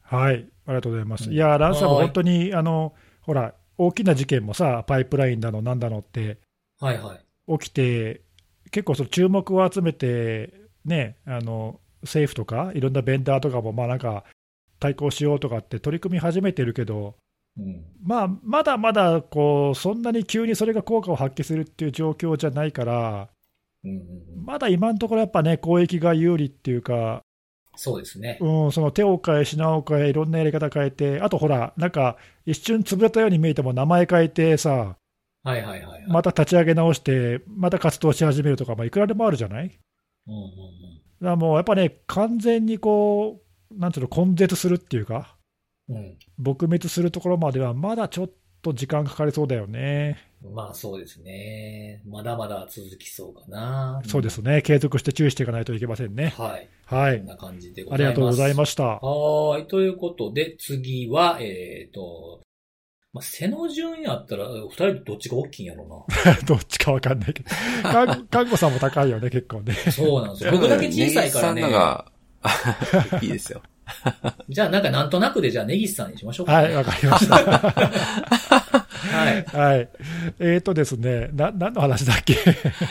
はい、ありがとうございます。いや、ランサム、本当にほら、大きな事件もさ、パイプラインだの、なんだのって、 はいはい、 起きて、結構その注目を集めて、ね、政府とか、いろんなベンダーとかも、まあなんか、対抗しようとかって取り組み始めてるけど、まあ、まだまだこうそんなに急にそれが効果を発揮するっていう状況じゃないから、まだ今のところやっぱね、公益が有利っていうか、 そうですね、 その手を変え、品を変え、いろんなやり方変えて、あとほら、なんか一瞬潰れたように見えても名前変えてさ、また立ち上げ直して、また活動し始めるとか、いくらでもあるじゃない。だからもうやっぱね、完全にこう、なんていうの、根絶するっていうか、撲滅するところまではまだちょっと時間かかりそうだよね。 まあそうですね。まだまだ続きそうかな。 そうですね。継続して注意していかないといけませんね。 はい。 はい。 こんな感じでございます。ありがとうございました。 はい。ということで、次は、まあ、背の順やったら、二人どっちが大きいんやろうな。どっちかわかんないけど。看護さんも高いよね、結構ね。 そうなんですよ。僕だけ小さいからね。 ネギさんのが、いいですよ。 じゃあなんとなくで、じゃあネギスさんにしましょうか、 ね。はい、わかりました。はい。はい。ですね、何の話だっけセ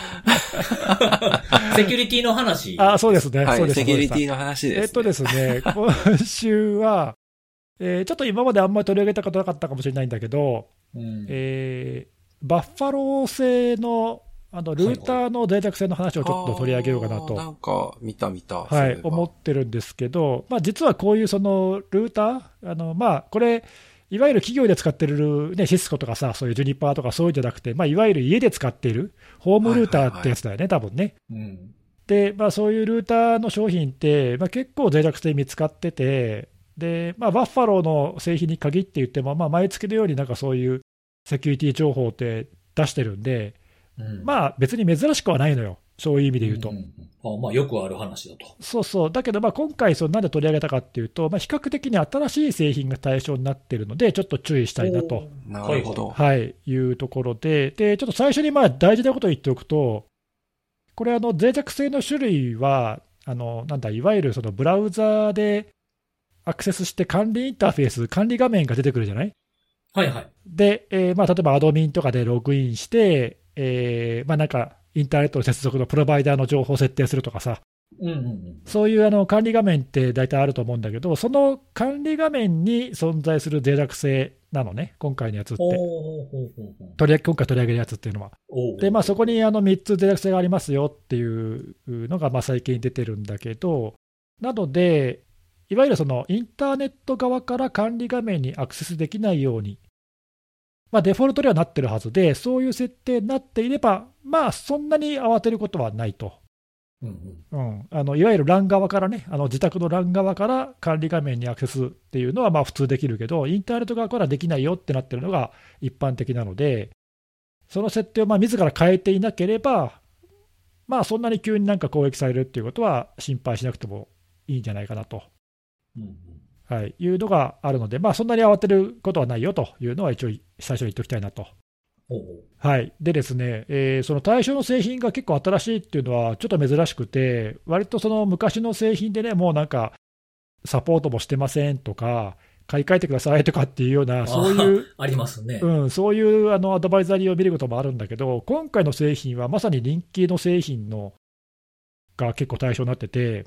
キュリティの話。 あ、そうですね。 はい、 そうです。 セキュリティの話です、ね。 ですね、今週は、ちょっと今まであんまり取り上げたことなかったかもしれないんだけど、バッファロー製のルーターの脆弱性の話をちょっと取り上げようかなと。 なんか、見た。 はい、思ってるんですけど、まあ、実はこういうそのルーター、まあ、これ、いわゆる企業で使ってる、ね、シスコとかさ、そういうジュニパーとかそういうんじゃなくて、まあ、いわゆる家で使っている、ホームルーターってやつだよね、多分ね。で、まあ、そういうルーターの商品って、まあ、結構脆弱性見つかってて、で、まあ、バッファローの製品に限って言っても、まあ、毎月のようになんかそういうセキュリティ情報って出してるんで、まあ別に珍しくはないのよ、そういう意味で言うと。 まあよくある話だと。 そうそう、だけどまあ今回、なんで取り上げたかっていうと、まあ、比較的に新しい製品が対象になっているので、ちょっと注意したいなと。 なるほど。 はい、いうところで、ちょっと最初にまあ大事なことを言っておくと、これ、脆弱性の種類は、いわゆるそのブラウザでアクセスして管理インターフェース、管理画面が出てくるじゃない。 はいはい。 で、まあ、例えばアドミンとかでログインして、まあ、なんかインターネットの接続のプロバイダーの情報を設定するとかさ、そういう管理画面って大体あると思うんだけど、その管理画面に存在する脆弱性なのね、今回のやつって。今回取り上げるやつっていうのは。で、まあ、そこに3つ脆弱性がありますよっていうのがまあ最近出てるんだけど、なので、いわゆるそのインターネット側から管理画面にアクセスできないように、まあ、デフォルトではなってるはずで、そういう設定になっていれば、まあ、そんなに慌てることはないと。いわゆる LAN 側からね、自宅の LAN 側から管理画面にアクセスっていうのはまあ普通できるけど、インターネット側からできないよってなってるのが一般的なので、その設定をまあ自ら変えていなければ、まあ、そんなに急になんか攻撃されるっていうことは心配しなくてもいいんじゃないかなと。はい、いうのがあるので、まあ、そんなに慌てることはないよというのは一応最初に言っておきたいなと。はい、でですね、その対象の製品が結構新しいっていうのはちょっと珍しくて、割とその昔の製品でね、もうなんかサポートもしてませんとか、買い替えてくださいとかっていうような、そういうありますね、 そういうアドバイザリーを見ることもあるんだけど、今回の製品はまさに人気の製品が結構対象になってて、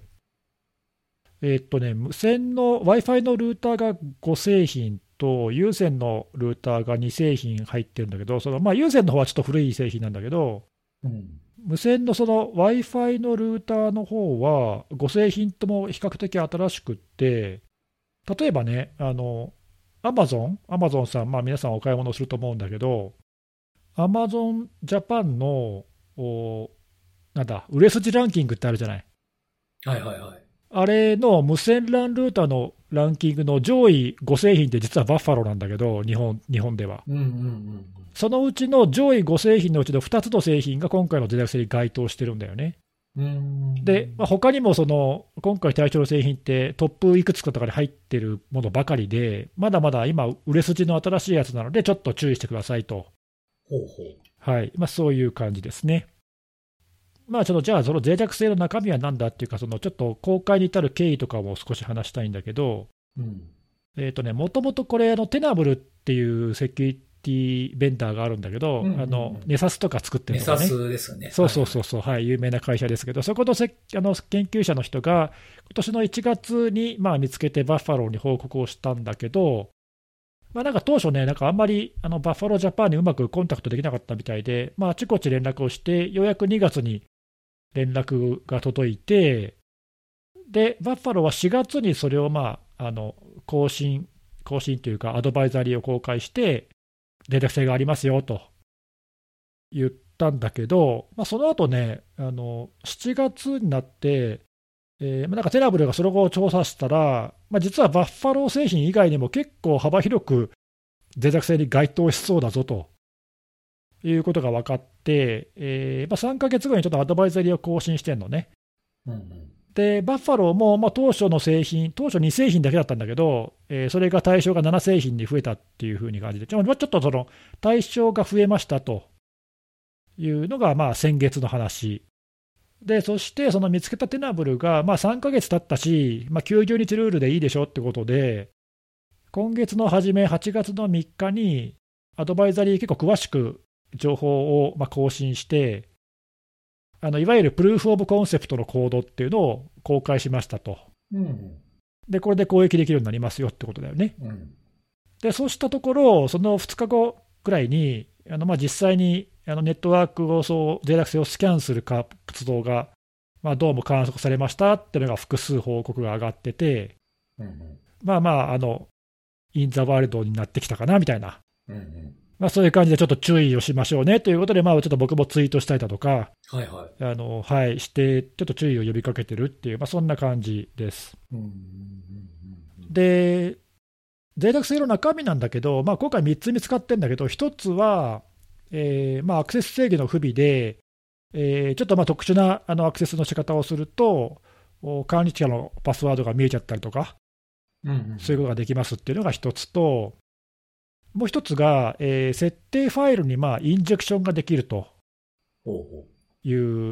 無線の Wi-Fi のルーターが5製品と、有線のルーターが2製品入ってるんだけど、まあ、有線の方はちょっと古い製品なんだけど、無線のWi-Fi のルーターの方は、5製品とも比較的新しくって、例えばね、アマゾンさん、まあ、皆さんお買い物すると思うんだけど、アマゾンジャパンの売れ筋ランキングってあるじゃない。 はいはいはい。 あれの無線 LAN ルーターのランキングの上位5製品って実はバッファローなんだけど、日本では。そのうちの上位5製品のうちの2つの製品が今回の脆弱性に該当してるんだよね。で、他にも今回対象の製品ってトップいくつかとかに入ってるものばかりで、まだまだ今、売れ筋の新しいやつなので、ちょっと注意してくださいと。はい、まあ、そういう感じですね。まあ、じゃあ、その脆弱性の中身は何だっていうか、ちょっと公開に至る経緯とかも少し話したいんだけど、 もともとこれ、テナブルっていうセキュリティベンダーがあるんだけど、ネサスとか作ってるのがね。 ネサスですね。 そうそうそうそう、はい、有名な会社ですけど、そこの研究者の人が、今年の1月に見つけて、バッファローに報告をしたんだけど、なんか当初ね、なんかあんまりバッファロージャパンにうまくコンタクトできなかったみたいで、あちこち連絡をして、ようやく2月に連絡が届いて、で、バッファローは4月にそれを更新というか、アドバイザリーを公開して、脆弱性がありますよと言ったんだけど、その後ね、7月になって、なんかテナブルがその後を調査したら、実はバッファロー製品以外にも結構幅広く脆弱性に該当しそうだぞということが分かって、3ヶ月後にちょっとアドバイザリーを更新してんのね。で、バッファローも当初の製品、当初2製品だけだったんだけど、それが対象が7製品に増えたっていう風に感じで、ちょっとその対象が増えましたというのが先月の話。で、そしてその見つけたテナブルが3ヶ月経ったし、90日ルールでいいでしょってことで、今月の初め、8月の3日に、アドバイザリー結構詳しく情報を更新して、いわゆるプルーフ・オブ・コンセプトのコードっていうのを公開しましたと。で、これで攻撃できるようになりますよってことだよね。で、そうしたところ、その2日後ぐらいに、実際にネットワークを脆弱性をスキャンする活動が、どうも観測されましたっていうのが複数報告が上がってて、イン・ザ・ワールドになってきたかなみたいな、そういう感じでちょっと注意をしましょうねということで、ちょっと僕もツイートしたりだとか、して、ちょっと注意を呼びかけてるっていう、そんな感じです。で、脆弱性の中身なんだけど、今回3つ見つかってるんだけど、1つは、アクセス制御の不備で、ちょっと特殊なアクセスの仕方をすると、管理者のパスワードが見えちゃったりとか、そういうことができますっていうのが1つと、もう1つが、設定ファイルにインジェクションができるという、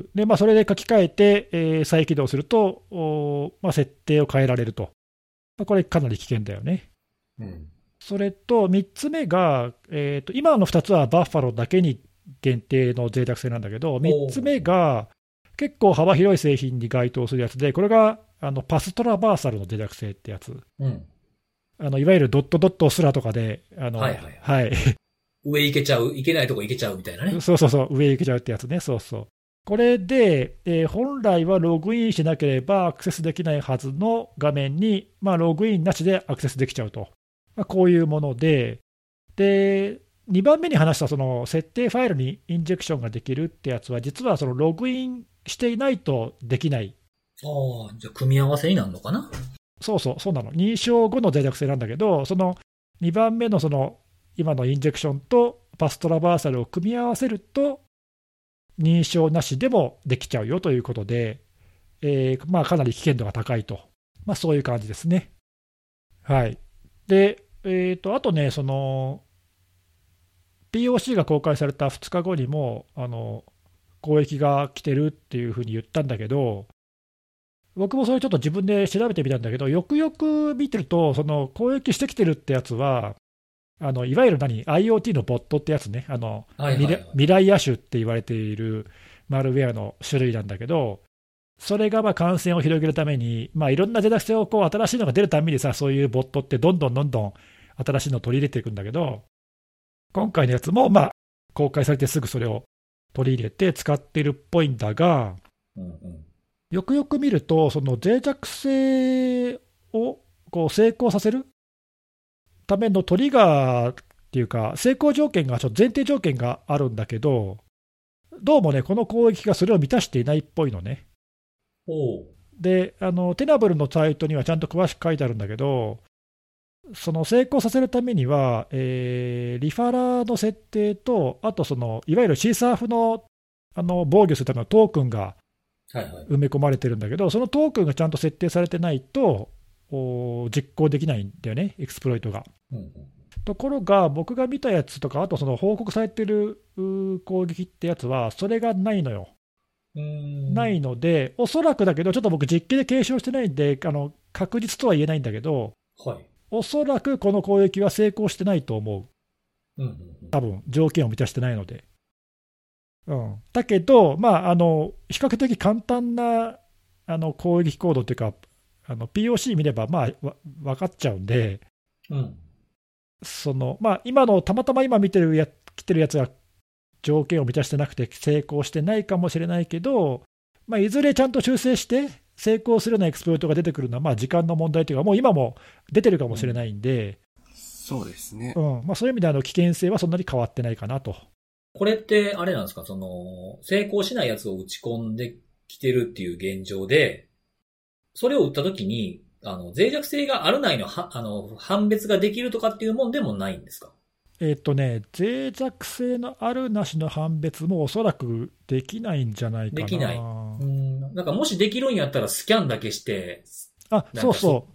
でそれで書き換えて、再起動すると、設定を変えられると、これかなり危険だよね。それと3つ目が、今の2つはバッファローだけに限定の脆弱性なんだけど、3つ目が結構幅広い製品に該当するやつで、これがパストラバーサルの脆弱性ってやつ、いわゆるドットドットスラとかで、 上行けちゃう、行けないとこ行けちゃうみたいなね。 そうそうそう、上行けちゃうってやつね、そうそう。これで、本来はログインしなければアクセスできないはずの画面に、ログインなしでアクセスできちゃうと。こういうもので、2番目に話したその設定ファイルにインジェクションができるってやつは、実はそのログインしていないとできない。 じゃあ組み合わせになるのかな。 そうなの。認証後の脆弱性なんだけど、その2番目のその今のインジェクションとパストラバーサルを組み合わせると、認証なしでもできちゃうよということで、かなり危険度が高いと。そういう感じですね。はい。で、あとね、その POC が公開された2日後にも攻撃が来てるっていうふうに言ったんだけど、僕もそれちょっと自分で調べてみたんだけど、よくよく見てると、その攻撃してきてるってやつは、いわゆるIoT のボットってやつね、ミライア種って言われているマルウェアの種類なんだけど、それが感染を広げるために、いろんな脆弱性を新しいのが出るたびにさ、そういうボットってどんどん新しいのを取り入れていくんだけど、今回のやつも公開されてすぐそれを取り入れて使っているっぽいんだが、よくよく見ると、その脆弱性を成功させるためのトリガーっていうか、成功条件が、前提条件があるんだけど、どうもね、この攻撃がそれを満たしていないっぽいのね。で、テナブルのサイトにはちゃんと詳しく書いてあるんだけど、その成功させるためには、リファラーの設定と、あといわゆる CSRF の防御するためのトークンが埋め込まれてるんだけど、そのトークンがちゃんと設定されてないと、実行できないんだよね、エクスプロイトが。ところが、僕が見たやつとか、あとその報告されてる攻撃ってやつは、それがないのよ。ないので、おそらくだけど、ちょっと僕、実機で検証してないんで、確実とは言えないんだけど、 おそらくこの攻撃は成功してないと思う。多分条件を満たしてないので。だけど、比較的簡単な攻撃コードというか、POC 見れば分かっちゃうんで、今の、たまたま今来てるやつは条件を満たしてなくて成功してないかもしれないけど、いずれちゃんと修正して成功するようなエクスプロイトが出てくるのは時間の問題というか、もう今も出てるかもしれないんで、 そうですね。 そういう意味で危険性はそんなに変わってないかなと。 これってあれなんですか、成功しないやつを打ち込んできてるっていう現状で、それを打ったときに、脆弱性があるないの判別ができるとかっていうもんでもないんですか？ 脆弱性のあるなしの判別もおそらくできないんじゃないかな。 できない。なんかもしできるんやったらスキャンだけして。 そうそう。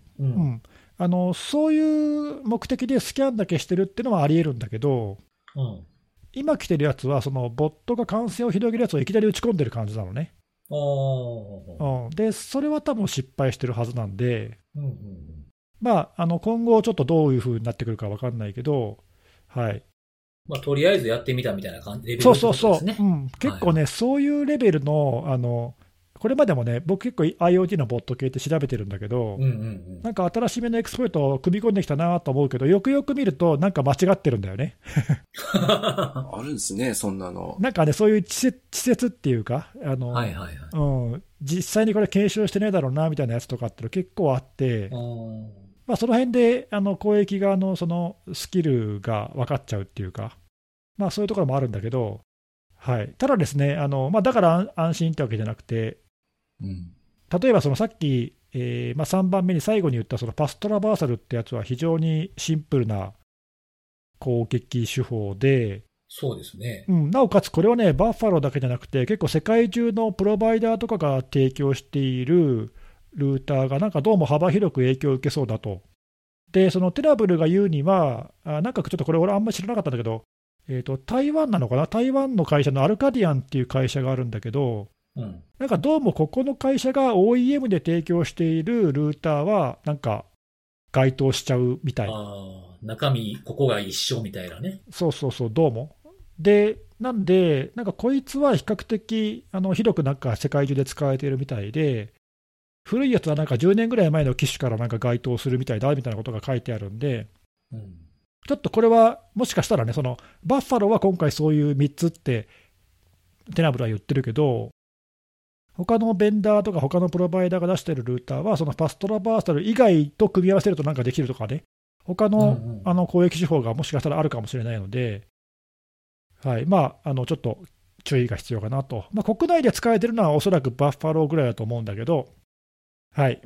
そういう目的でスキャンだけしてるっていうのはあり得るんだけど、今来てるやつは、そのボットが感染を広げるやつをいきなり打ち込んでる感じなのね。で、それは多分失敗してるはずなんで、今後ちょっとどういう風になってくるか分かんないけど、はい。 とりあえずやってみたみたいな感じ、レベルですね。そう。結構ね、そういうレベルの、これまでもね、僕結構 IoT のボット系って調べてるんだけど、なんか新しめのエクスプロイトを組み込んできたなと思うけど、よくよく見ると、なんか間違ってるんだよね。 あるんですね、そんなの。 なんかね、そういう稚拙っていうか、実際にこれ検証してないだろうなみたいなやつとかって結構あって、その辺で攻撃側のそのスキルが分かっちゃうっていうか、そういうところもあるんだけど、ただですね、だから安心ってわけじゃなくて、例えばそのさっき、3番目に最後に言ったそのパストラバーサルってやつは非常にシンプルな攻撃手法で、 そうですね。 なおかつこれはね、バッファローだけじゃなくて、結構世界中のプロバイダーとかが提供しているルーターがなんかどうも幅広く影響を受けそうだと。で、そのテラブルが言うには、なんかちょっとこれ俺あんまり知らなかったんだけど、台湾なのかな、台湾の会社のアルカディアンっていう会社があるんだけど、なんかどうもここの会社が OEM で提供しているルーターは、なんか該当しちゃうみたい。 中身、ここが一緒みたいなね。 そう、どうも。で、なんかこいつは比較的広くなんか世界中で使われているみたいで、古いやつはなんか10年ぐらい前の機種からなんか該当するみたいだみたいなことが書いてあるんで、ちょっとこれはもしかしたらね、そのバッファローは今回そういう3つってテナブルは言ってるけど、他のベンダーとか他のプロバイダーが出しているルーターは、そのパストラバーサル以外と組み合わせるとなんかできるとかね、他の攻撃手法がもしかしたらあるかもしれないので、ちょっと注意が必要かなと。国内で使えてるのはおそらくバッファローぐらいだと思うんだけど、久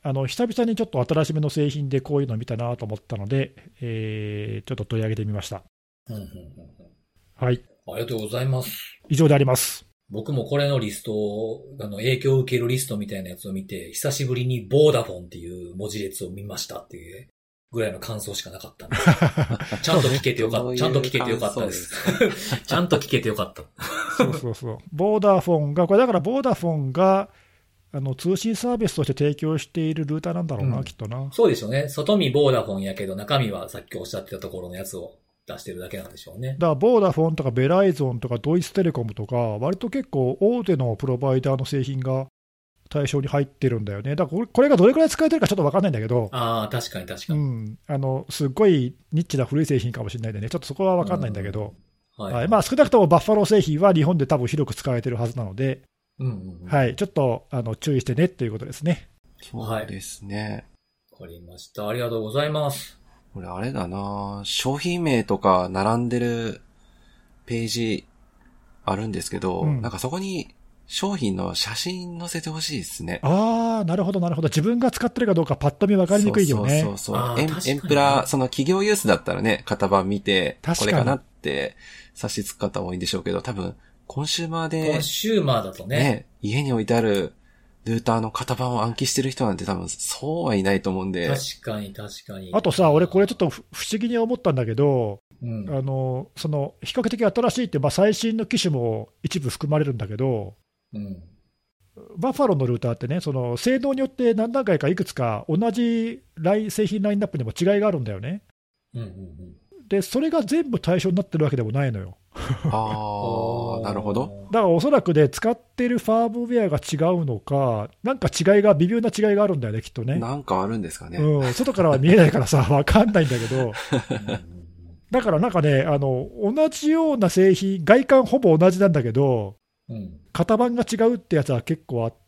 々にちょっと新しめの製品でこういうのを見たなと思ったので、ちょっと取り上げてみました。はい。 ありがとうございます。 以上であります。 僕もこれのリストを、影響を受けるリストみたいなやつを見て、久しぶりにボーダフォンっていう文字列を見ましたっていうぐらいの感想しかなかったんで。ちゃんと聞けてよかった。ちゃんと聞けてよかったです。ちゃんと聞けてよかった。 そう。ボーダフォンが、これだからボーダフォンが、通信サービスとして提供しているルーターなんだろうな、きっとな。 そうでしょうね。外見ボーダフォンやけど、中身はさっきおっしゃってたところのやつを出してるだけなんでしょうね。 だからボーダフォンとかベライゾンとかドイツテレコムとか、割と結構大手のプロバイダーの製品が対象に入ってるんだよね。だからこれがどれくらい使えてるかちょっと分かんないんだけど。 確かに。 すっごいニッチな古い製品かもしれないんでね、ちょっとそこは分かんないんだけど。少なくともバッファロー製品は日本で多分広く使われてるはずなので、ちょっと注意してねっていうことですね。 そうですね。 わかりました。ありがとうございます。 これあれだな、商品名とか並んでるページあるんですけど、なんかそこに商品の写真載せてほしいですね。 なるほど。自分が使ってるかどうかパッと見分かりにくいよね。 そう。エンプラ、その企業ユースだったらね、型番見て、これかなって差し付く方多いんでしょうけど、多分、コンシューマーだとね。 家に置いてあるルーターの型番を暗記してる人なんて多分そうはいないと思うんで。 確かに。 あとさ、俺これちょっと不思議に思ったんだけど、その比較的新しいって、最新の機種も一部含まれるんだけど、 バッファローのルーターってね、その性能によって何段階かいくつか同じ製品ラインナップにも違いがあるんだよね。で、それが全部対象になってるわけでもないのよ。 ああ、なるほど。 だからおそらくで使ってるファームウェアが違うのか、なんか微妙な違いがあるんだよね、きっとね。 なんかあるんですかね。 外からは見えないからさ、わかんないんだけど。だからなんかね、同じような製品、外観ほぼ同じなんだけど、型番が違うってやつは結構あって、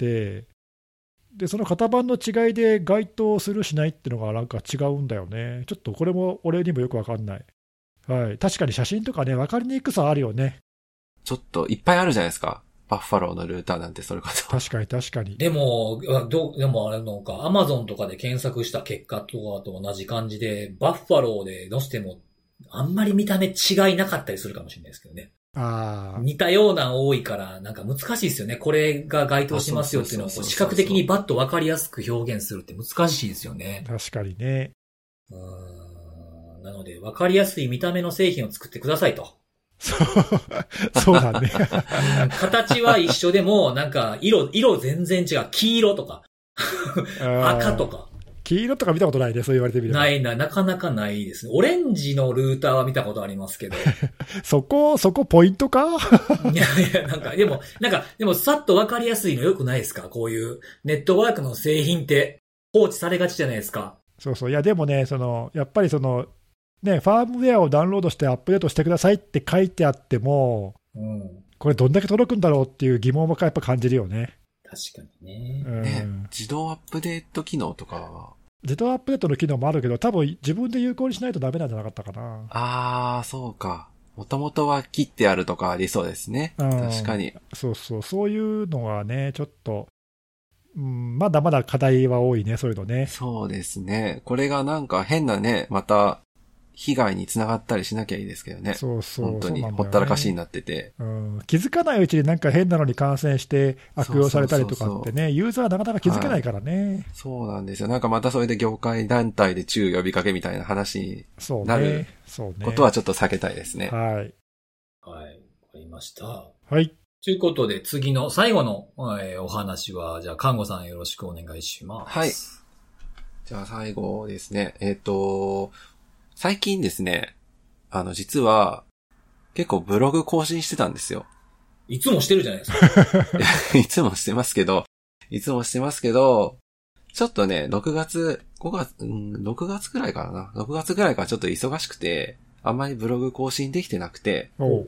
で、その型番の違いで該当するしないっていうのがなんか違うんだよね。ちょっとこれも俺にもよくわかんない。はい。確かに写真とかね、わかりにくさあるよね。 ちょっといっぱいあるじゃないですか。バッファローのルーターなんてそれこそ。 確かに確かに。 でもあれのか、アマゾンとかで検索した結果とかと同じ感じで、バッファローで載せても、あんまり見た目違いなかったりするかもしれないですけどね。似たような多いから、なんか難しいですよね。これが該当しますよっていうのを視覚的にバッと分かりやすく表現するって難しいですよね。 確かにね。 なので、分かりやすい見た目の製品を作ってくださいと。 そうだね。 形は一緒でも、なんか色全然違う。黄色とか、赤とか。 黄色とか見たことないね、そう言われてみれば。 なかなかないですね。オレンジのルーターは見たことありますけど。 そこポイントかいや、でも、さっとわかりやすいの良くないですか？こういうネットワークの製品って放置されがちじゃないですか。 そう。いや、でもね、やっぱりね、ファームウェアをダウンロードしてアップデートしてくださいって書いてあっても、これどんだけ届くんだろうっていう疑問もやっぱ感じるよね。 確かにね。自動アップデート機能とか。 自動アップデートの機能もあるけど、多分自分で有効にしないとダメなんじゃなかったかな。 ああ、そうか。もともとは切ってあるとかありそうですね。確かに。 そういうのはね、ちょっと、まだまだ課題は多いね、そういうのね。 そうですね。これがなんか変なね、また、被害につながったりしなきゃいいですけどね。本当にほったらかしになってて、 気づかないうちになんか変なのに感染して悪用されたりとかってね、ユーザーはなかなか気づけないからね。 そうなんですよ。なんかまたそれで業界団体で注意呼びかけみたいな話になることはちょっと避けたいですね。 はい。 わかりました。 はい。 ということで次の最後の、お話は、じゃあ看護さんよろしくお願いします。 はい。じゃあ最後ですね。最近ですね、実は、結構ブログ更新してたんですよ。 いつもしてるじゃないですか。 いつもしてますけど、ちょっとね、6月ぐらいからな。6月ぐらいからちょっと忙しくて、あんまりブログ更新できてなくて、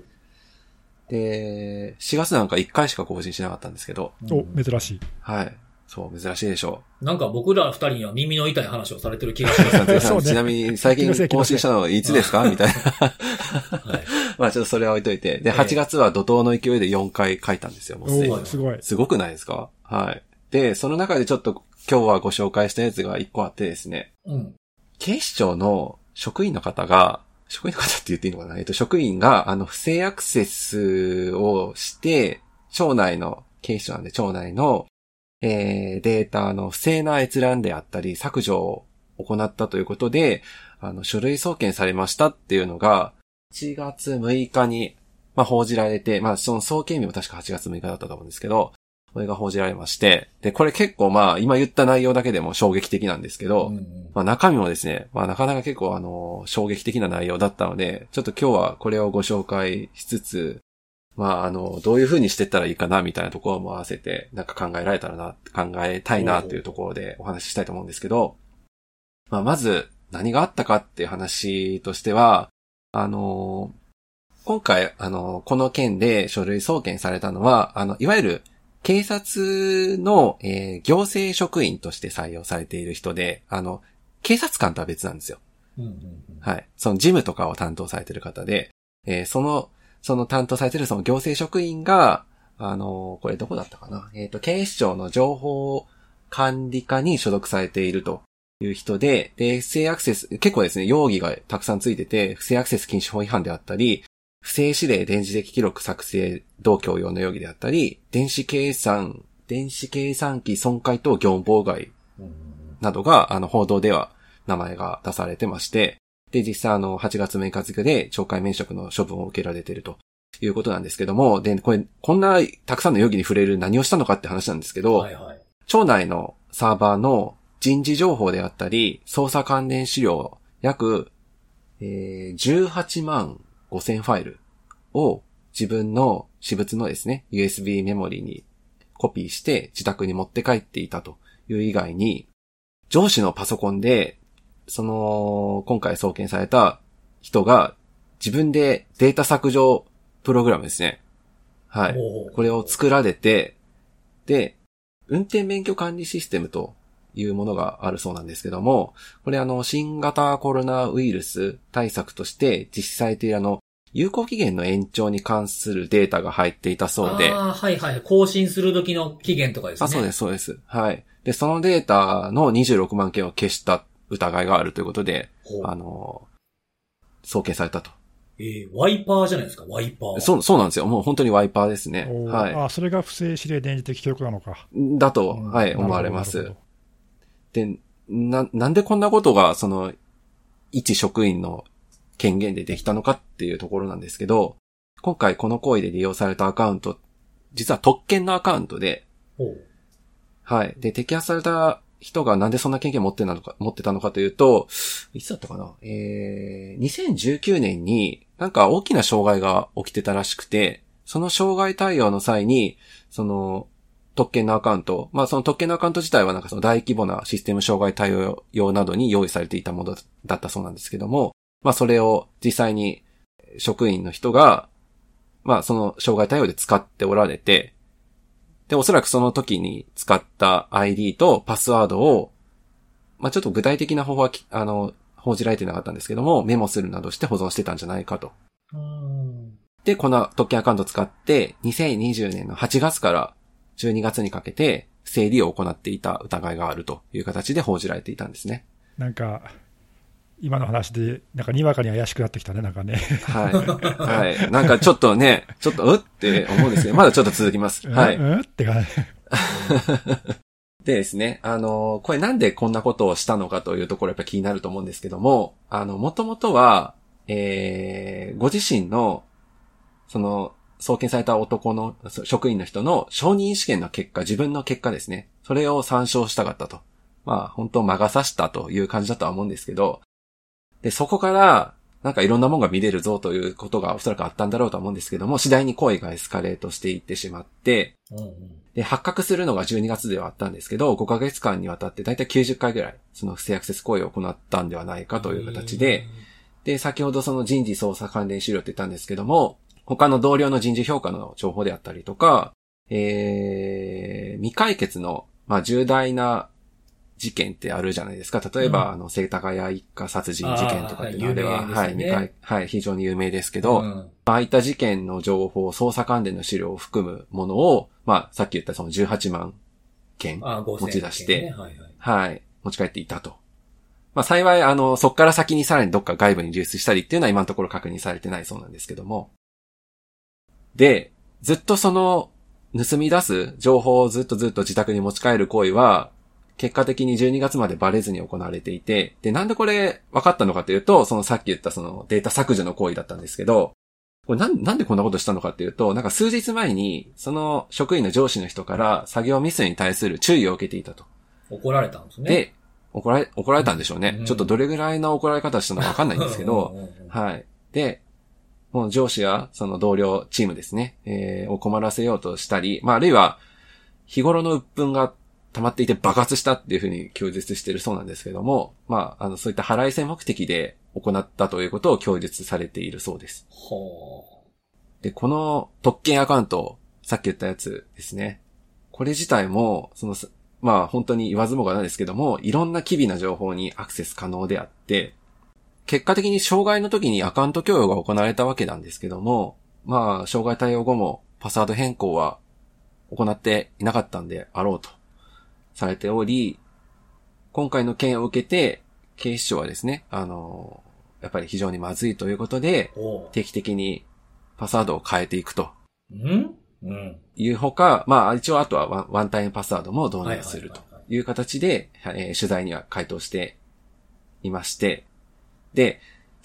で、4月なんか1回しか更新しなかったんですけど。 珍しい。 はい。そう、珍しいでしょう。なんか僕ら二人には耳の痛い話をされてる気がします。 ちなみに最近更新したのはいつですかみたいな。まあちょっとそれは置いといて。で、8月は怒涛の勢いで4回書いたんですよ、もうすでに。 すごい。 すごくないですか？はい。で、その中でちょっと今日はご紹介したやつが1個あってですね。警視庁の職員の方って言っていいのかな？職員が、不正アクセスをして、警視庁なんで庁内の、データの不正な閲覧であったり、削除を行ったということで、書類送検されましたっていうのが、8月6日に、報じられて、その送検日も確か8月6日だったと思うんですけど、これが報じられまして、で、これ結構今言った内容だけでも衝撃的なんですけど、中身もですね、なかなか結構衝撃的な内容だったので、ちょっと今日はこれをご紹介しつつ、どういう風にしていったらいいかなみたいなところも合わせて、なんか考えたいなっていうところでお話ししたいと思うんですけど、まず何があったかっていう話としては、今回、この件で書類送検されたのは、いわゆる警察の、行政職員として採用されている人で、警察官とは別なんですよ。はい。その事務とかを担当されている方で、その担当されているその行政職員が、これどこだったかな？警視庁の情報管理課に所属されているという人で、不正アクセス、結構ですね、容疑がたくさんついてて、不正アクセス禁止法違反であったり、不正指令電磁的記録作成同強要の容疑であったり、電子計算機損壊等業務妨害などが、報道では名前が出されてまして、で、実際8月6日付で懲戒免職の処分を受けられているということなんですけども、で、こんなたくさんの容疑に触れる何をしたのかって話なんですけど、はいはい、庁内のサーバーの人事情報であったり、捜査関連資料約、18万5000ファイルを自分の私物のですね、USB メモリにコピーして自宅に持って帰っていたという以外に、上司のパソコンで、今回送検された人が自分でデータ削除プログラムですね。はい。これを作られて、で、運転免許管理システムというものがあるそうなんですけども、これ新型コロナウイルス対策として実施されている有効期限の延長に関するデータが入っていたそうで。 はいはい。更新する時の期限とかですね。 そうです、そうです。はい。で、そのデータの26万件を消した疑いがあるということで、送検されたと。 ワイパーじゃないですか、ワイパー。 そうなんですよ。もう本当にワイパーですね。はい。 それが不正指令電磁的記録なのか。 だと、はい、思われます。で、なんでこんなことが、一職員の権限でできたのかっていうところなんですけど、今回この行為で利用されたアカウント、実は特権のアカウントで、はい。で、摘発された人がなんでそんな権限持ってたのかというと、いつだったかな2019年になんか大きな障害が起きてたらしくて、その障害対応の際に、特権のアカウント、その特権のアカウント自体はなんか大規模なシステム障害対応用などに用意されていたものだったそうなんですけども、それを実際に職員の人が、その障害対応で使っておられて、で、おそらくその時に使った ID とパスワードを、ちょっと具体的な方法は、報じられてなかったんですけども、メモするなどして保存してたんじゃないかと。で、この特権アカウントを使って、2020年の8月から12月にかけて、不正利用を行っていた疑いがあるという形で報じられていたんですね。 なんか、今の話で、なんかにわかに怪しくなってきたね、なんかね。 はい。はい。なんかちょっとって思うんですけど、まだちょっと続きます。はい。 って感じ。 でですね、これなんでこんなことをしたのかというところやっぱ気になると思うんですけども、もともとは、ご自身の、送検された男の職員の人の承認試験の結果、自分の結果ですね。それを参照したかったと。本当魔が差したという感じだとは思うんですけど、で、そこから、なんかいろんなものが見れるぞということがおそらくあったんだろうと思うんですけども、次第に行為がエスカレートしていってしまって、で、発覚するのが12月ではあったんですけど、5ヶ月間にわたってだいたい90回ぐらい、その不正アクセス行為を行ったんではないかという形で、で、先ほどその人事捜査関連資料って言ったんですけども、他の同僚の人事評価の情報であったりとか、未解決の、重大な事件ってあるじゃないですか。例えば、世田谷一家殺人事件とかっていうのでは、はい、非常に有名ですけど、ああいった事件の情報、捜査関連の資料を含むものを、さっき言ったその18万件持ち出して、はい、持ち帰っていたと。幸い、そっから先にさらにどっか外部に流出したりっていうのは今のところ確認されてないそうなんですけども。で、ずっと盗み出す情報をずっと自宅に持ち帰る行為は、結果的に12月までバレずに行われていて、で、なんでこれ分かったのかというと、さっき言ったデータ削除の行為だったんですけど、これなんでこんなことしたのかっていうと、なんか数日前に、その職員の上司の人から作業ミスに対する注意を受けていたと。 怒られたんですね。 で、怒られたんでしょうね。ちょっとどれぐらいの怒られ方したのか分かんないんですけど、はい。で、もう上司やその同僚チームですね、を困らせようとしたり、あるいは日頃の鬱憤が溜まっていて爆発したっていうふうに供述しているそうなんですけども、そういった腹いせ目的で行ったということを供述されているそうです。で、この特権アカウント、さっき言ったやつですね。これ自体も、本当に言わずもがなんですけども、いろんな機微な情報にアクセス可能であって、結果的に障害の時にアカウント共有が行われたわけなんですけども、障害対応後もパスワード変更は行っていなかったんであろうとされており、今回の件を受けて、警視庁はですね、やっぱり非常にまずいということで、定期的にパスワードを変えていくと。いうほか、一応あとはワンタイムパスワードも導入するという形で、取材には回答していまして、で、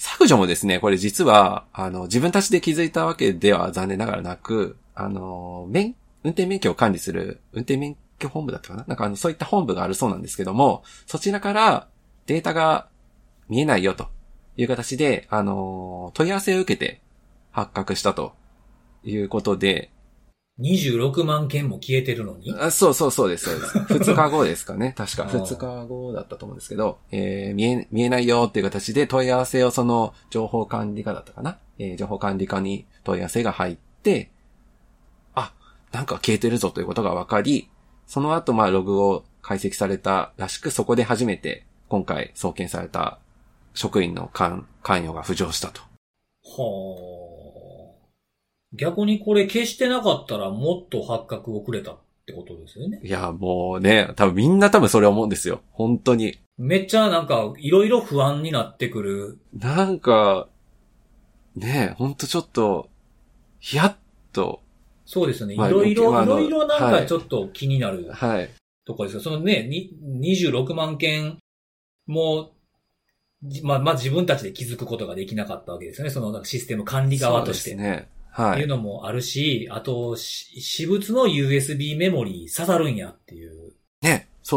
削除もですね、これ実は、自分たちで気づいたわけでは残念ながらなく、運転免許を管理する、運転免許本部だったかな、なんかそういった本部があるそうなんですけども、そちらからデータが見えないよという形で、問い合わせを受けて発覚したということで、 26万件も消えてるのに？ そうです、そうです。2日後ですかね。確か2日後だったと思うんですけど、見えないよっていう形で問い合わせをその情報管理課だったかな。情報管理課に問い合わせが入って、なんか消えてるぞということが分かり、その後ログを解析されたらしく、そこで初めて今回送検された職員の関与が浮上したと。 逆にこれ消してなかったらもっと発覚遅れたってことですよね。 いや、もうね、みんなそれ思うんですよ。本当に。 めっちゃなんか、いろいろ不安になってくる。 なんか、ね、ほんとちょっと、ヒヤッと。 そうですよね。いろいろなんかちょっと気になる。はい。とこですよ。そのね、26万件も、自分たちで気づくことができなかったわけですよね。そのシステム管理側として。そうですね。はい。いうのもあるし、あと、私物の USB メモリー刺さるんやっていう。 ね。そう。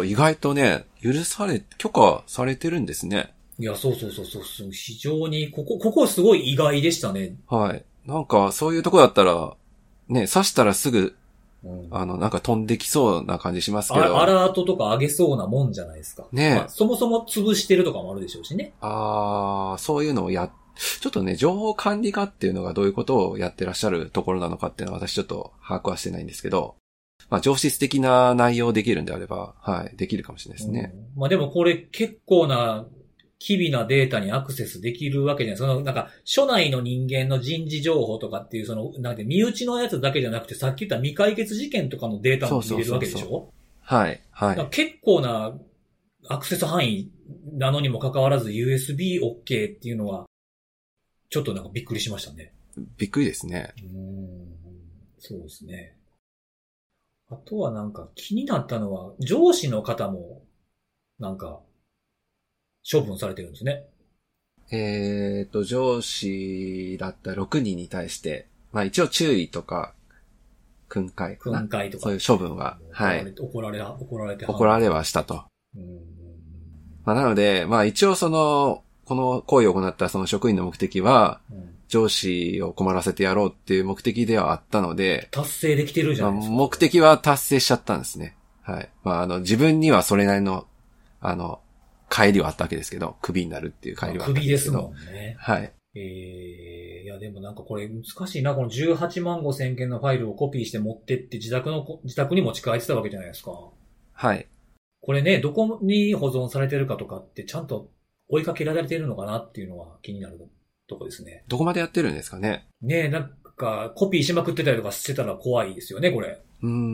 意外とね、許可されてるんですね。 いや、そう。非常に、ここすごい意外でしたね。 はい。なんか、そういうとこだったら、ね、刺したらすぐ、なんか飛んできそうな感じしますけど。 アラートとか上げそうなもんじゃないですか。ね。そもそも潰してるとかもあるでしょうしね。 そういうのをちょっとね、情報管理課っていうのがどういうことをやってらっしゃるところなのかっていうのは私ちょっと把握はしてないんですけど、上質的な内容できるんであれば、はい、できるかもしれないですね。 でもこれ結構な、機微なデータにアクセスできるわけじゃない。その、なんか、署内の人間の人事情報とかっていう、なんて、身内のやつだけじゃなくて、さっき言った未解決事件とかのデータも見れるわけでしょ？ はい、はい。 結構なアクセス範囲なのにもかかわらず USB OK っていうのは、ちょっとなんかびっくりしましたね。 びっくりですね。 そうですね。あとはなんか気になったのは、上司の方も、なんか、処分されてるんですね。 上司だった6人に対して、一応注意とか、訓戒とか、そういう処分は、はい。 怒られはしたと。なので、一応この行為を行ったその職員の目的は、上司を困らせてやろうっていう目的ではあったので、 達成できてるじゃないですか。 目的は達成しちゃったんですね。はい。自分にはそれなりの、帰りはあったわけですけど、クビになるっていう帰りはあったんですけど。 クビですもんね。 はい。 いやでもなんかこれ難しいな。この18万5千件のファイルをコピーして持ってって自宅に持ち帰ってたわけじゃないですか。 はい。 これね、どこに保存されてるかとかってちゃんと追いかけられてるのかなっていうのは気になるとこですね。 どこまでやってるんですかね。 ねえ、なんかコピーしまくってたりとかしてたら怖いですよね、これ。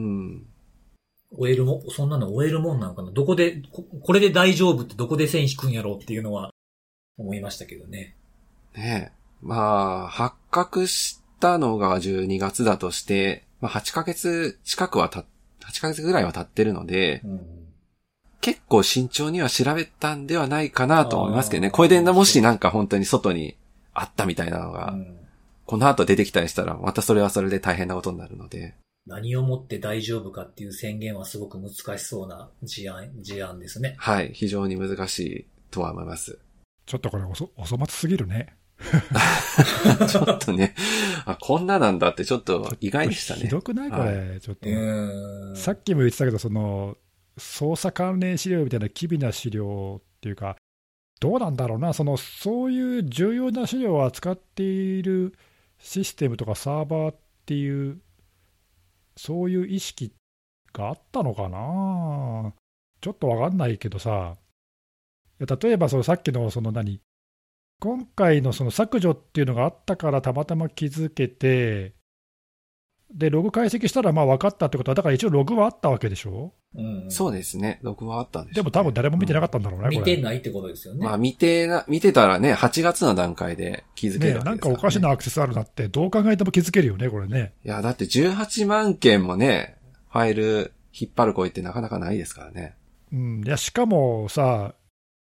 そんなの追えるもんなのかな。これで大丈夫ってどこで線引くんやろうっていうのは思いましたけどね。 ねえ。発覚したのが12月だとして、8ヶ月ぐらいは経ってるので、結構慎重には調べたんではないかなと思いますけどね。これでもしなんか本当に外にあったみたいなのが、この後出てきたりしたら、またそれはそれで大変なことになるので。 何をもって大丈夫かっていう宣言はすごく難しそうな事案ですね。 はい。非常に難しいとは思います。 ちょっとこれお粗末すぎるね。 ちょっとね、こんななんだってちょっと意外でしたね。 ひどくないこれ、はい、ちょっと。さっきも言ってたけど、捜査関連資料みたいな機微な資料っていうか、どうなんだろうな、そういう重要な資料を扱っているシステムとかサーバーっていう、そういう意識があったのかな。ちょっとわかんないけどさ、例えばさっきの今回の削除っていうのがあったからたまたま気づけて、で、ログ解析したら分かったってことは、だから一応ログはあったわけでしょ？ そうですね。ログはあったんです、 でも多分誰も見てなかったんだろうね、これ。 見てないってことですよね。 見てたらね、8月の段階で気づけるわけですからね。 なんかおかしなアクセスあるなって、どう考えても気づけるよね、これね。 いや、だって18万件もね、ファイル引っ張る声ってなかなかないですからね。 いや、しかもさ、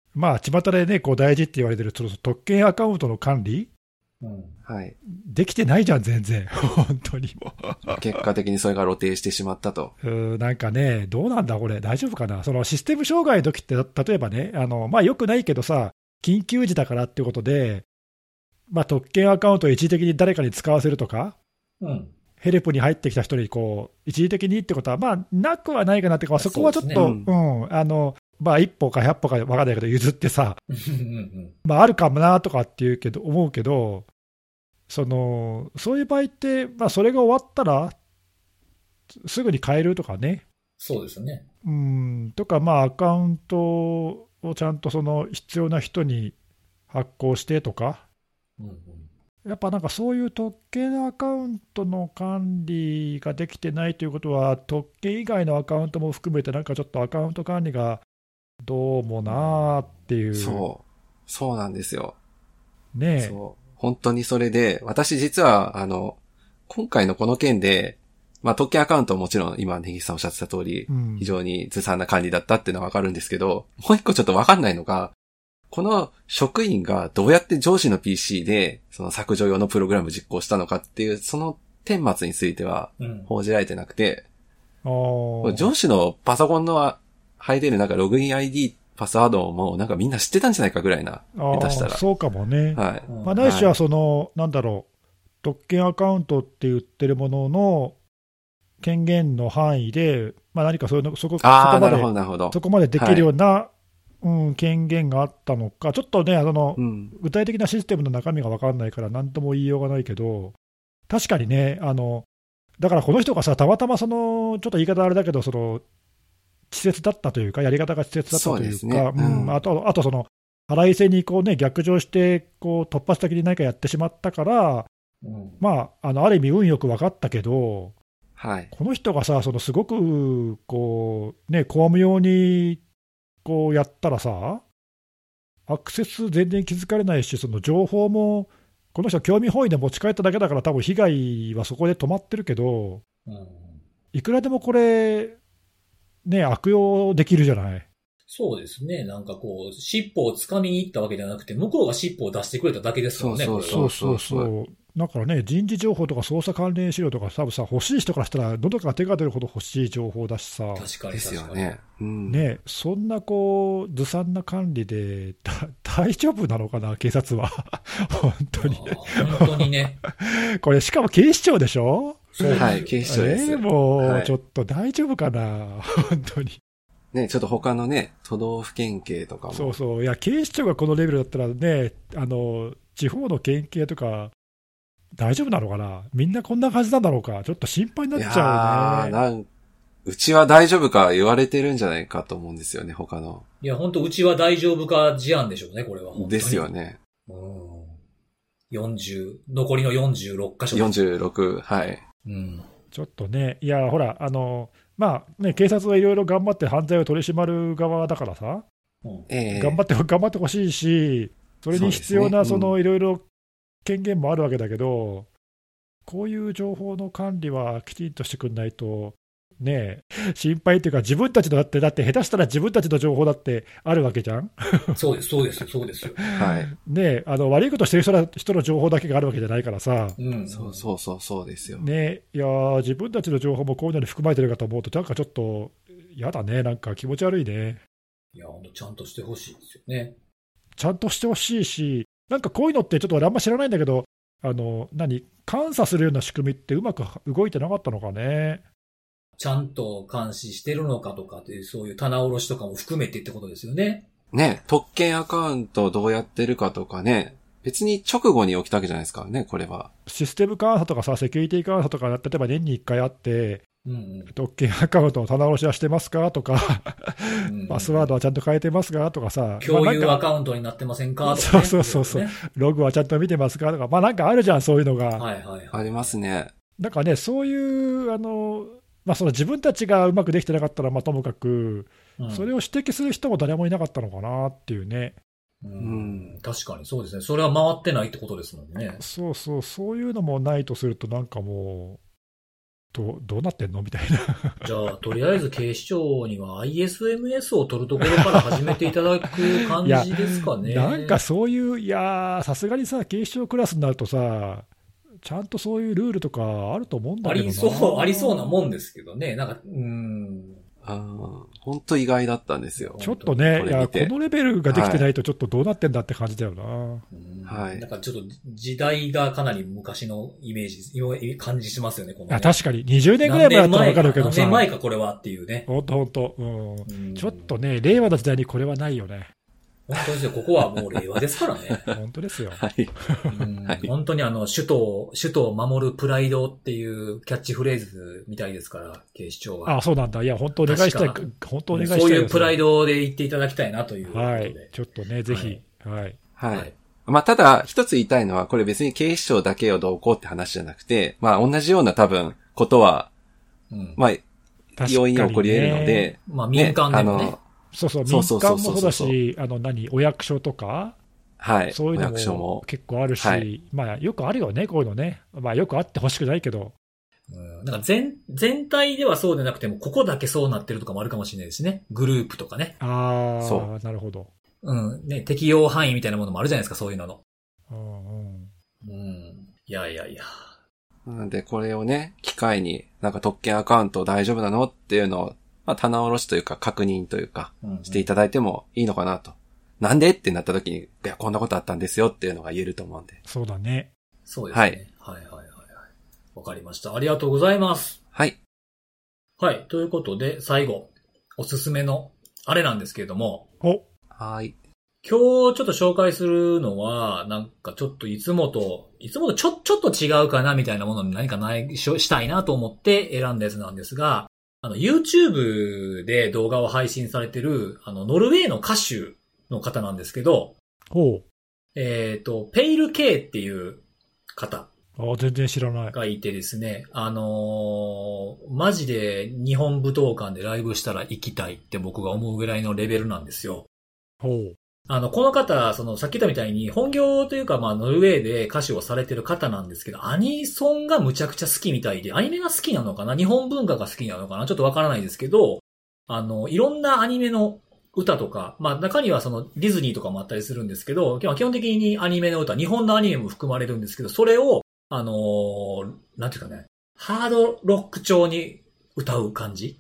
まあ、巷でね、こう大事って言われてる特権アカウントの管理、 はい。 できてないじゃん、全然。本当にもう。結果的にそれが露呈してしまったと。 なんかね、どうなんだ、これ、大丈夫かな。そのシステム障害の時って、例えばね、まあ、よくないけどさ、緊急時だからっていうことで、まあ、特権アカウントを一時的に誰かに使わせるとか、ヘルプに入ってきた人にこう一時的にってことは、まあ、なくはないかなっていうか、そこはちょっと、まあ、一歩か百歩か分からないけど、譲ってさ、まあ、あるかもなとかっていう思うけど、そういう場合って、まあ、それが終わったら、すぐに変えるとかね。 そうですね。 とか、まあ、アカウントをちゃんとその必要な人に発行してとか、やっぱなんかそういう特権アカウントの管理ができてないということは、特権以外のアカウントも含めて、なんかちょっとアカウント管理がどうもなーっていう。 そうなんですよ。 ねえ。 本当にそれで、私実は、今回のこの件で、まあ、特権アカウントももちろん今、根岸さんおっしゃってた通り、非常にずさんな管理だったっていうのはわかるんですけど、もう一個ちょっとわかんないのが、この職員がどうやって上司の PC で、その削除用のプログラム実行したのかっていう、その顛末については報じられてなくて、上司のパソコンの入れるなんかログイン ID、パスワードもなんかみんな知ってたんじゃないかぐらいな、下手したら。 そうかもね。 はい。 まあ、ないしはなんだろう、特権アカウントって言ってるものの権限の範囲で、まあ、何かそこまでできるような、権限があったのか、ちょっとね、具体的なシステムの中身が分かんないから、なんとも言いようがないけど、確かにね、だからこの人がさ、たまたまちょっと言い方あれだけど、稚拙だったというか、やり方が稚拙だったというか、あと腹いせにこう、ね、逆上して、こう突発的に何かやってしまったから、まあ、ある意味、運よく分かったけど、この人がさ、すごくこう、ね、巧妙にこうやったらさ、アクセス全然気づかれないし、その情報も、この人は興味本位で持ち帰っただけだから、多分被害はそこで止まってるけど、いくらでもこれ、ね、悪用できるじゃない。 そうですね。なんかこう、尻尾を掴みに行ったわけじゃなくて、向こうが尻尾を出してくれただけですもんね。 そう。だからね、人事情報とか捜査関連資料とか、多分さ、欲しい人からしたら、どどか手が出るほど欲しい情報だしさ。 確かにですよね。 ね、そんなこう、ずさんな管理で、大丈夫なのかな、警察は。本当に。 本当にね。 これ、しかも警視庁でしょ？ はい、警視庁です。 もう、ちょっと大丈夫かな、本当に。 ね、ちょっと他のね、都道府県警とかも。 そう。いや、警視庁がこのレベルだったらね、地方の県警とか、大丈夫なのかな、みんなこんな感じなんだろうか、ちょっと心配になっちゃうね。 うちは大丈夫か言われてるんじゃないかと思うんですよね、他の。 いや、本当うちは大丈夫か事案でしょうね、これは。 ですよね。 残りの46箇所。 46、はい。 ちょっとね、いや、ほら、まあね、警察はいろいろ頑張って犯罪を取り締まる側だからさ、頑張ってほしいし、それに必要な、いろいろ権限もあるわけだけど、こういう情報の管理はきちんとしてくんないと、ね、心配というか、自分たちのだって下手したら自分たちの情報だってあるわけじゃん。 そうですよ。 はい。 ね、悪いことしてる人の情報だけがあるわけじゃないからさ。 そうですよ。 ね、いや自分たちの情報もこういうのに含まれてるかと思うと、なんかちょっと嫌だね、なんか気持ち悪いね。 いや、ちゃんとしてほしいですよね。 ちゃんとしてほしいし、なんかこういうのってちょっと俺あんま知らないんだけど、監査するような仕組みってうまく動いてなかったのかね。 ちゃんと監視してるのかとかっていう、そういう棚卸しとかも含めてってことですよね。 ね、特権アカウントどうやってるかとかね、別に直後に起きたわけじゃないですかね、これは。 システム監査とかさ、セキュリティ監査とか、例えば年に1回あって、特権アカウントの棚卸しはしてますかとか、パスワードはちゃんと変えてますかとかさ、 共有アカウントになってませんかとか、ね、そう、ログはちゃんと見てますかとか、まあなんかあるじゃん、そういうのが。 ありますね。 なんかね、そういうその自分たちがうまくできてなかったらともかく、それを指摘する人も誰もいなかったのかなっていうね。 確かにそうですね。それは回ってないってことですもんね。 そういうのもないとすると、なんかもどうなってんのみたいな。 じゃあ、とりあえず警視庁には ISMS を取るところから始めていただく感じですかね。 なんかそういう、さすがにさ、警視庁クラスになるとさ、ちゃんとそういうルールとかあると思うんだけどな。 ありそうなもんですけどね。なんか、 本当意外だったんですよ。 ちょっとね、このレベルができてないとちょっとどうなってんだって感じだよな。 はい。 なんかちょっと時代がかなり昔のイメージ、感じしますよね、この、ね。 確かに。20年ぐらい前だったらわかるけどさ。 何年前かこれはっていうね。 ほんと。ちょっとね、令和の時代にこれはないよね。 本当ですよ。ここはもう令和ですからね。 本当ですよ。 はい。 本当に首都を守るプライドっていうキャッチフレーズみたいですから、警視庁は。 そうなんだ。いや、本当お願いしたい。本当お願いしたい。 そういうプライドで言っていただきたいなということで。 はい。ちょっとね、ぜひ。はい。 はい。まあ、ただ、一つ言いたいのは、これ別に警視庁だけをどうこうって話じゃなくて、まあ、同じような多分、ことは、まあ、容易に起こり得るので、 まあ、民間でもね。 そう、民間もそうだし、お役所とか、 はい。 そういうのも結構あるし、まあ、よくあるよね、こういうのね。まあ、よくあってほしくないけど。 なんか全体ではそうでなくても、ここだけそうなってるとかもあるかもしれないですね。グループとかね。 なるほど。 ね、適用範囲みたいなものもあるじゃないですか、そういうのの。いや。 なので、これをね、機会に、なんか特権アカウント大丈夫なのっていうのを、まあ、棚卸しというか確認というか、していただいてもいいのかなと。なんでってなった時に、いや、こんなことあったんですよっていうのが言えると思うんで。 そうだね。 そうですね。はい。わかりました。ありがとうございます。 はい。 はい。ということで、最後、おすすめの、あれなんですけれども。 はい。 今日ちょっと紹介するのは、なんかちょっといつもとちょっと違うかなみたいなものに何かしたいなと思って選んだやつなんですが、YouTube で動画を配信されてる、ノルウェーの歌手の方なんですけど、ペイル K っていう方。 全然知らない。 がいてですね、マジで日本武道館でライブしたら行きたいって僕が思うぐらいのレベルなんですよ。この方、さっき言ったみたいに本業というか、まあ、ノルウェーで歌手をされてる方なんですけど、アニソンがむちゃくちゃ好きみたいで、アニメが好きなのかな、日本文化が好きなのかな、ちょっとわからないですけど、いろんなアニメの歌とか、まあ、中にはディズニーとかもあったりするんですけど、基本的にアニメの歌、日本のアニメも含まれるんですけど、それを、なんていうかね、ハードロック調に歌う感じ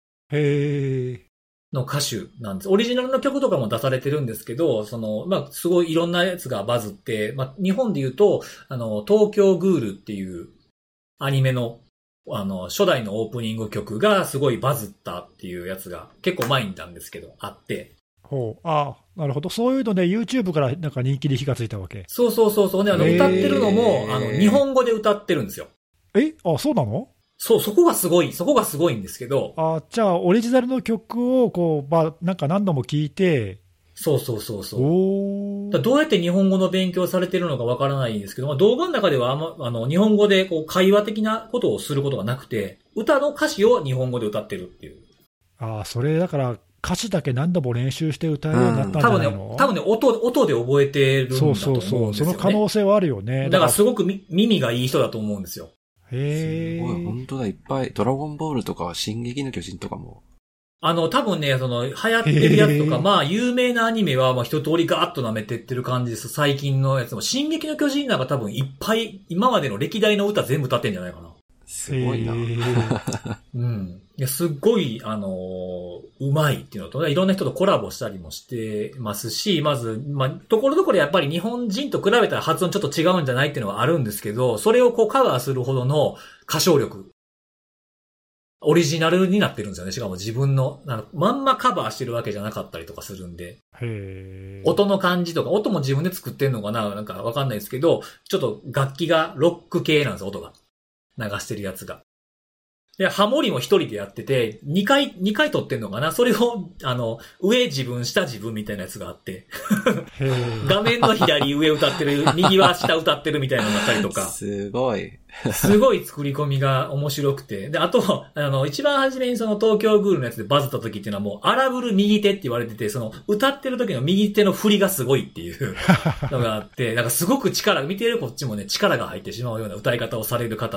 の歌手なんです。オリジナルの曲とかも出されてるんですけど、まあ、すごいいろんなやつがバズって、まあ、日本で言うと、東京グールっていうアニメの、初代のオープニング曲がすごいバズったっていうやつが結構前になんですけど、あって。 なるほど。そういうので YouTube からなんか人気に火がついたわけ。 そう。で、歌ってるのも、日本語で歌ってるんですよ。 そうなの？ そこがすごいんですけど。 じゃあ、オリジナルの曲を、なんか何度も聴いて。 そう。どうやって日本語の勉強されてるのかわからないんですけど、動画の中では日本語で会話的なことをすることがなくて、歌の歌詞を日本語で歌ってるっていう。 それだから、歌詞だけ何度も練習して歌えるようになったんじゃないの？ 多分ね、音で覚えてるんだと思うんですよね。 そう。その可能性はあるよね。 だからすごく耳がいい人だと思うんですよ。 すごい、本当だ、いっぱい。ドラゴンボールとか、進撃の巨人とかも。 多分ね、流行ってるやつとか、まあ、有名なアニメは、まあ、一通りガーッと舐めてってる感じです。最近のやつも。進撃の巨人なんか多分いっぱい、今までの歴代の歌全部歌ってんじゃないかな。 すごいな。 いや、すっごい、うまいっていうのと、いろんな人とコラボしたりもしてますし、まず、ところどころやっぱり日本人と比べたら発音ちょっと違うんじゃないっていうのはあるんですけど、それをカバーするほどの歌唱力。オリジナルになってるんですよね。しかも自分の、まんまカバーしてるわけじゃなかったりとかするんで。音の感じとか、音も自分で作ってんのかななんかわかんないですけど、ちょっと楽器がロック系なんですよ、音が。流してるやつが。で、ハモリも一人でやってて、2回撮ってんのかなそれを、上自分、下自分みたいなやつがあって。画面の左上歌ってる、右は下歌ってるみたいなのがあったりとか。 すごい。 すごい作り込みが面白くて。で、あと、一番初めに東京グールのやつでバズった時っていうのはもう、荒ぶる右手って言われてて、歌ってる時の右手の振りがすごいっていうのがあって、なんかすごく見てるこっちもね、力が入ってしまうような歌い方をされる方で、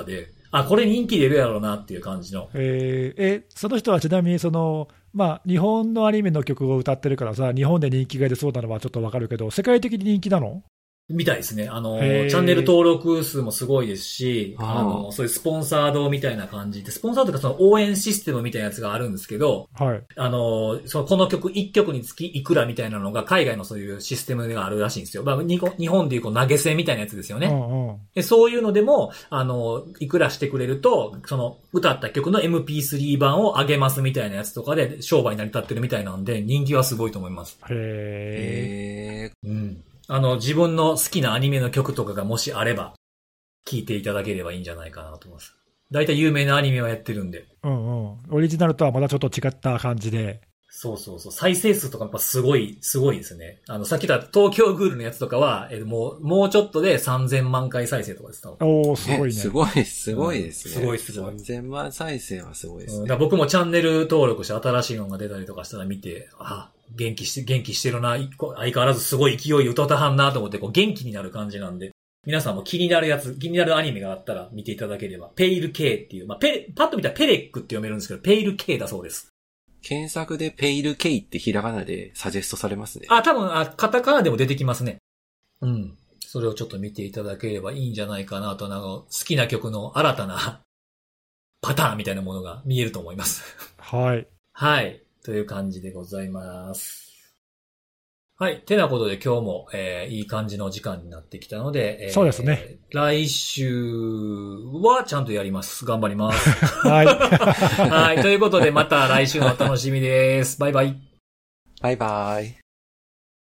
あ、これ人気出るやろうなっていう感じの。 その人はちなみに日本のアニメの曲を歌ってるからさ、日本で人気が出そうなのはちょっとわかるけど、世界的に人気なの？ みたいですね。チャンネル登録数もすごいですし、そういうスポンサードみたいな感じで、スポンサードとかその応援システムみたいなやつがあるんですけど、 はい。 この曲1曲につきいくらみたいなのが海外のそういうシステムがあるらしいんですよ。日本でいう投げ銭みたいなやつですよね。でそういうのでも、いくらしてくれると、歌った曲の MP3 版を上げますみたいなやつとかで商売に成り立ってるみたいなんで、人気はすごいと思います。 へー。 うん。自分の好きなアニメの曲とかがもしあれば、聴いていただければいいんじゃないかなと思います。だいたい有名なアニメはやってるんで。 オリジナルとはまたちょっと違った感じで。 そう。再生数とかやっぱすごいですね。さっき言った東京グールのやつとかは、もうちょっとで3000万回再生とかです。 おー、すごいね。 すごいですね。 すごい。 3000万再生はすごいですね。 だから僕もチャンネル登録して新しいのが出たりとかしたら見て、元気してるな、相変わらずすごい勢い歌ったはんなと思って、元気になる感じなんで、皆さんも気になるアニメがあったら見ていただければ、ペイル K っていう、パッと見たらペレックって読めるんですけど、ペイル K だそうです。 検索でペイル K ってひらがなでサジェストされますね。 多分、カタカナでも出てきますね。うん。それをちょっと見ていただければいいんじゃないかなと、好きな曲の新たなパターンみたいなものが見えると思います。 はい。 はい。という感じでございます。はい。てなことで今日も、いい感じの時間になってきたので、 そうですね。 来週はちゃんとやります。頑張ります。 はい。 はい。ということでまた来週のお楽しみです。バイバイ。 バイバイ。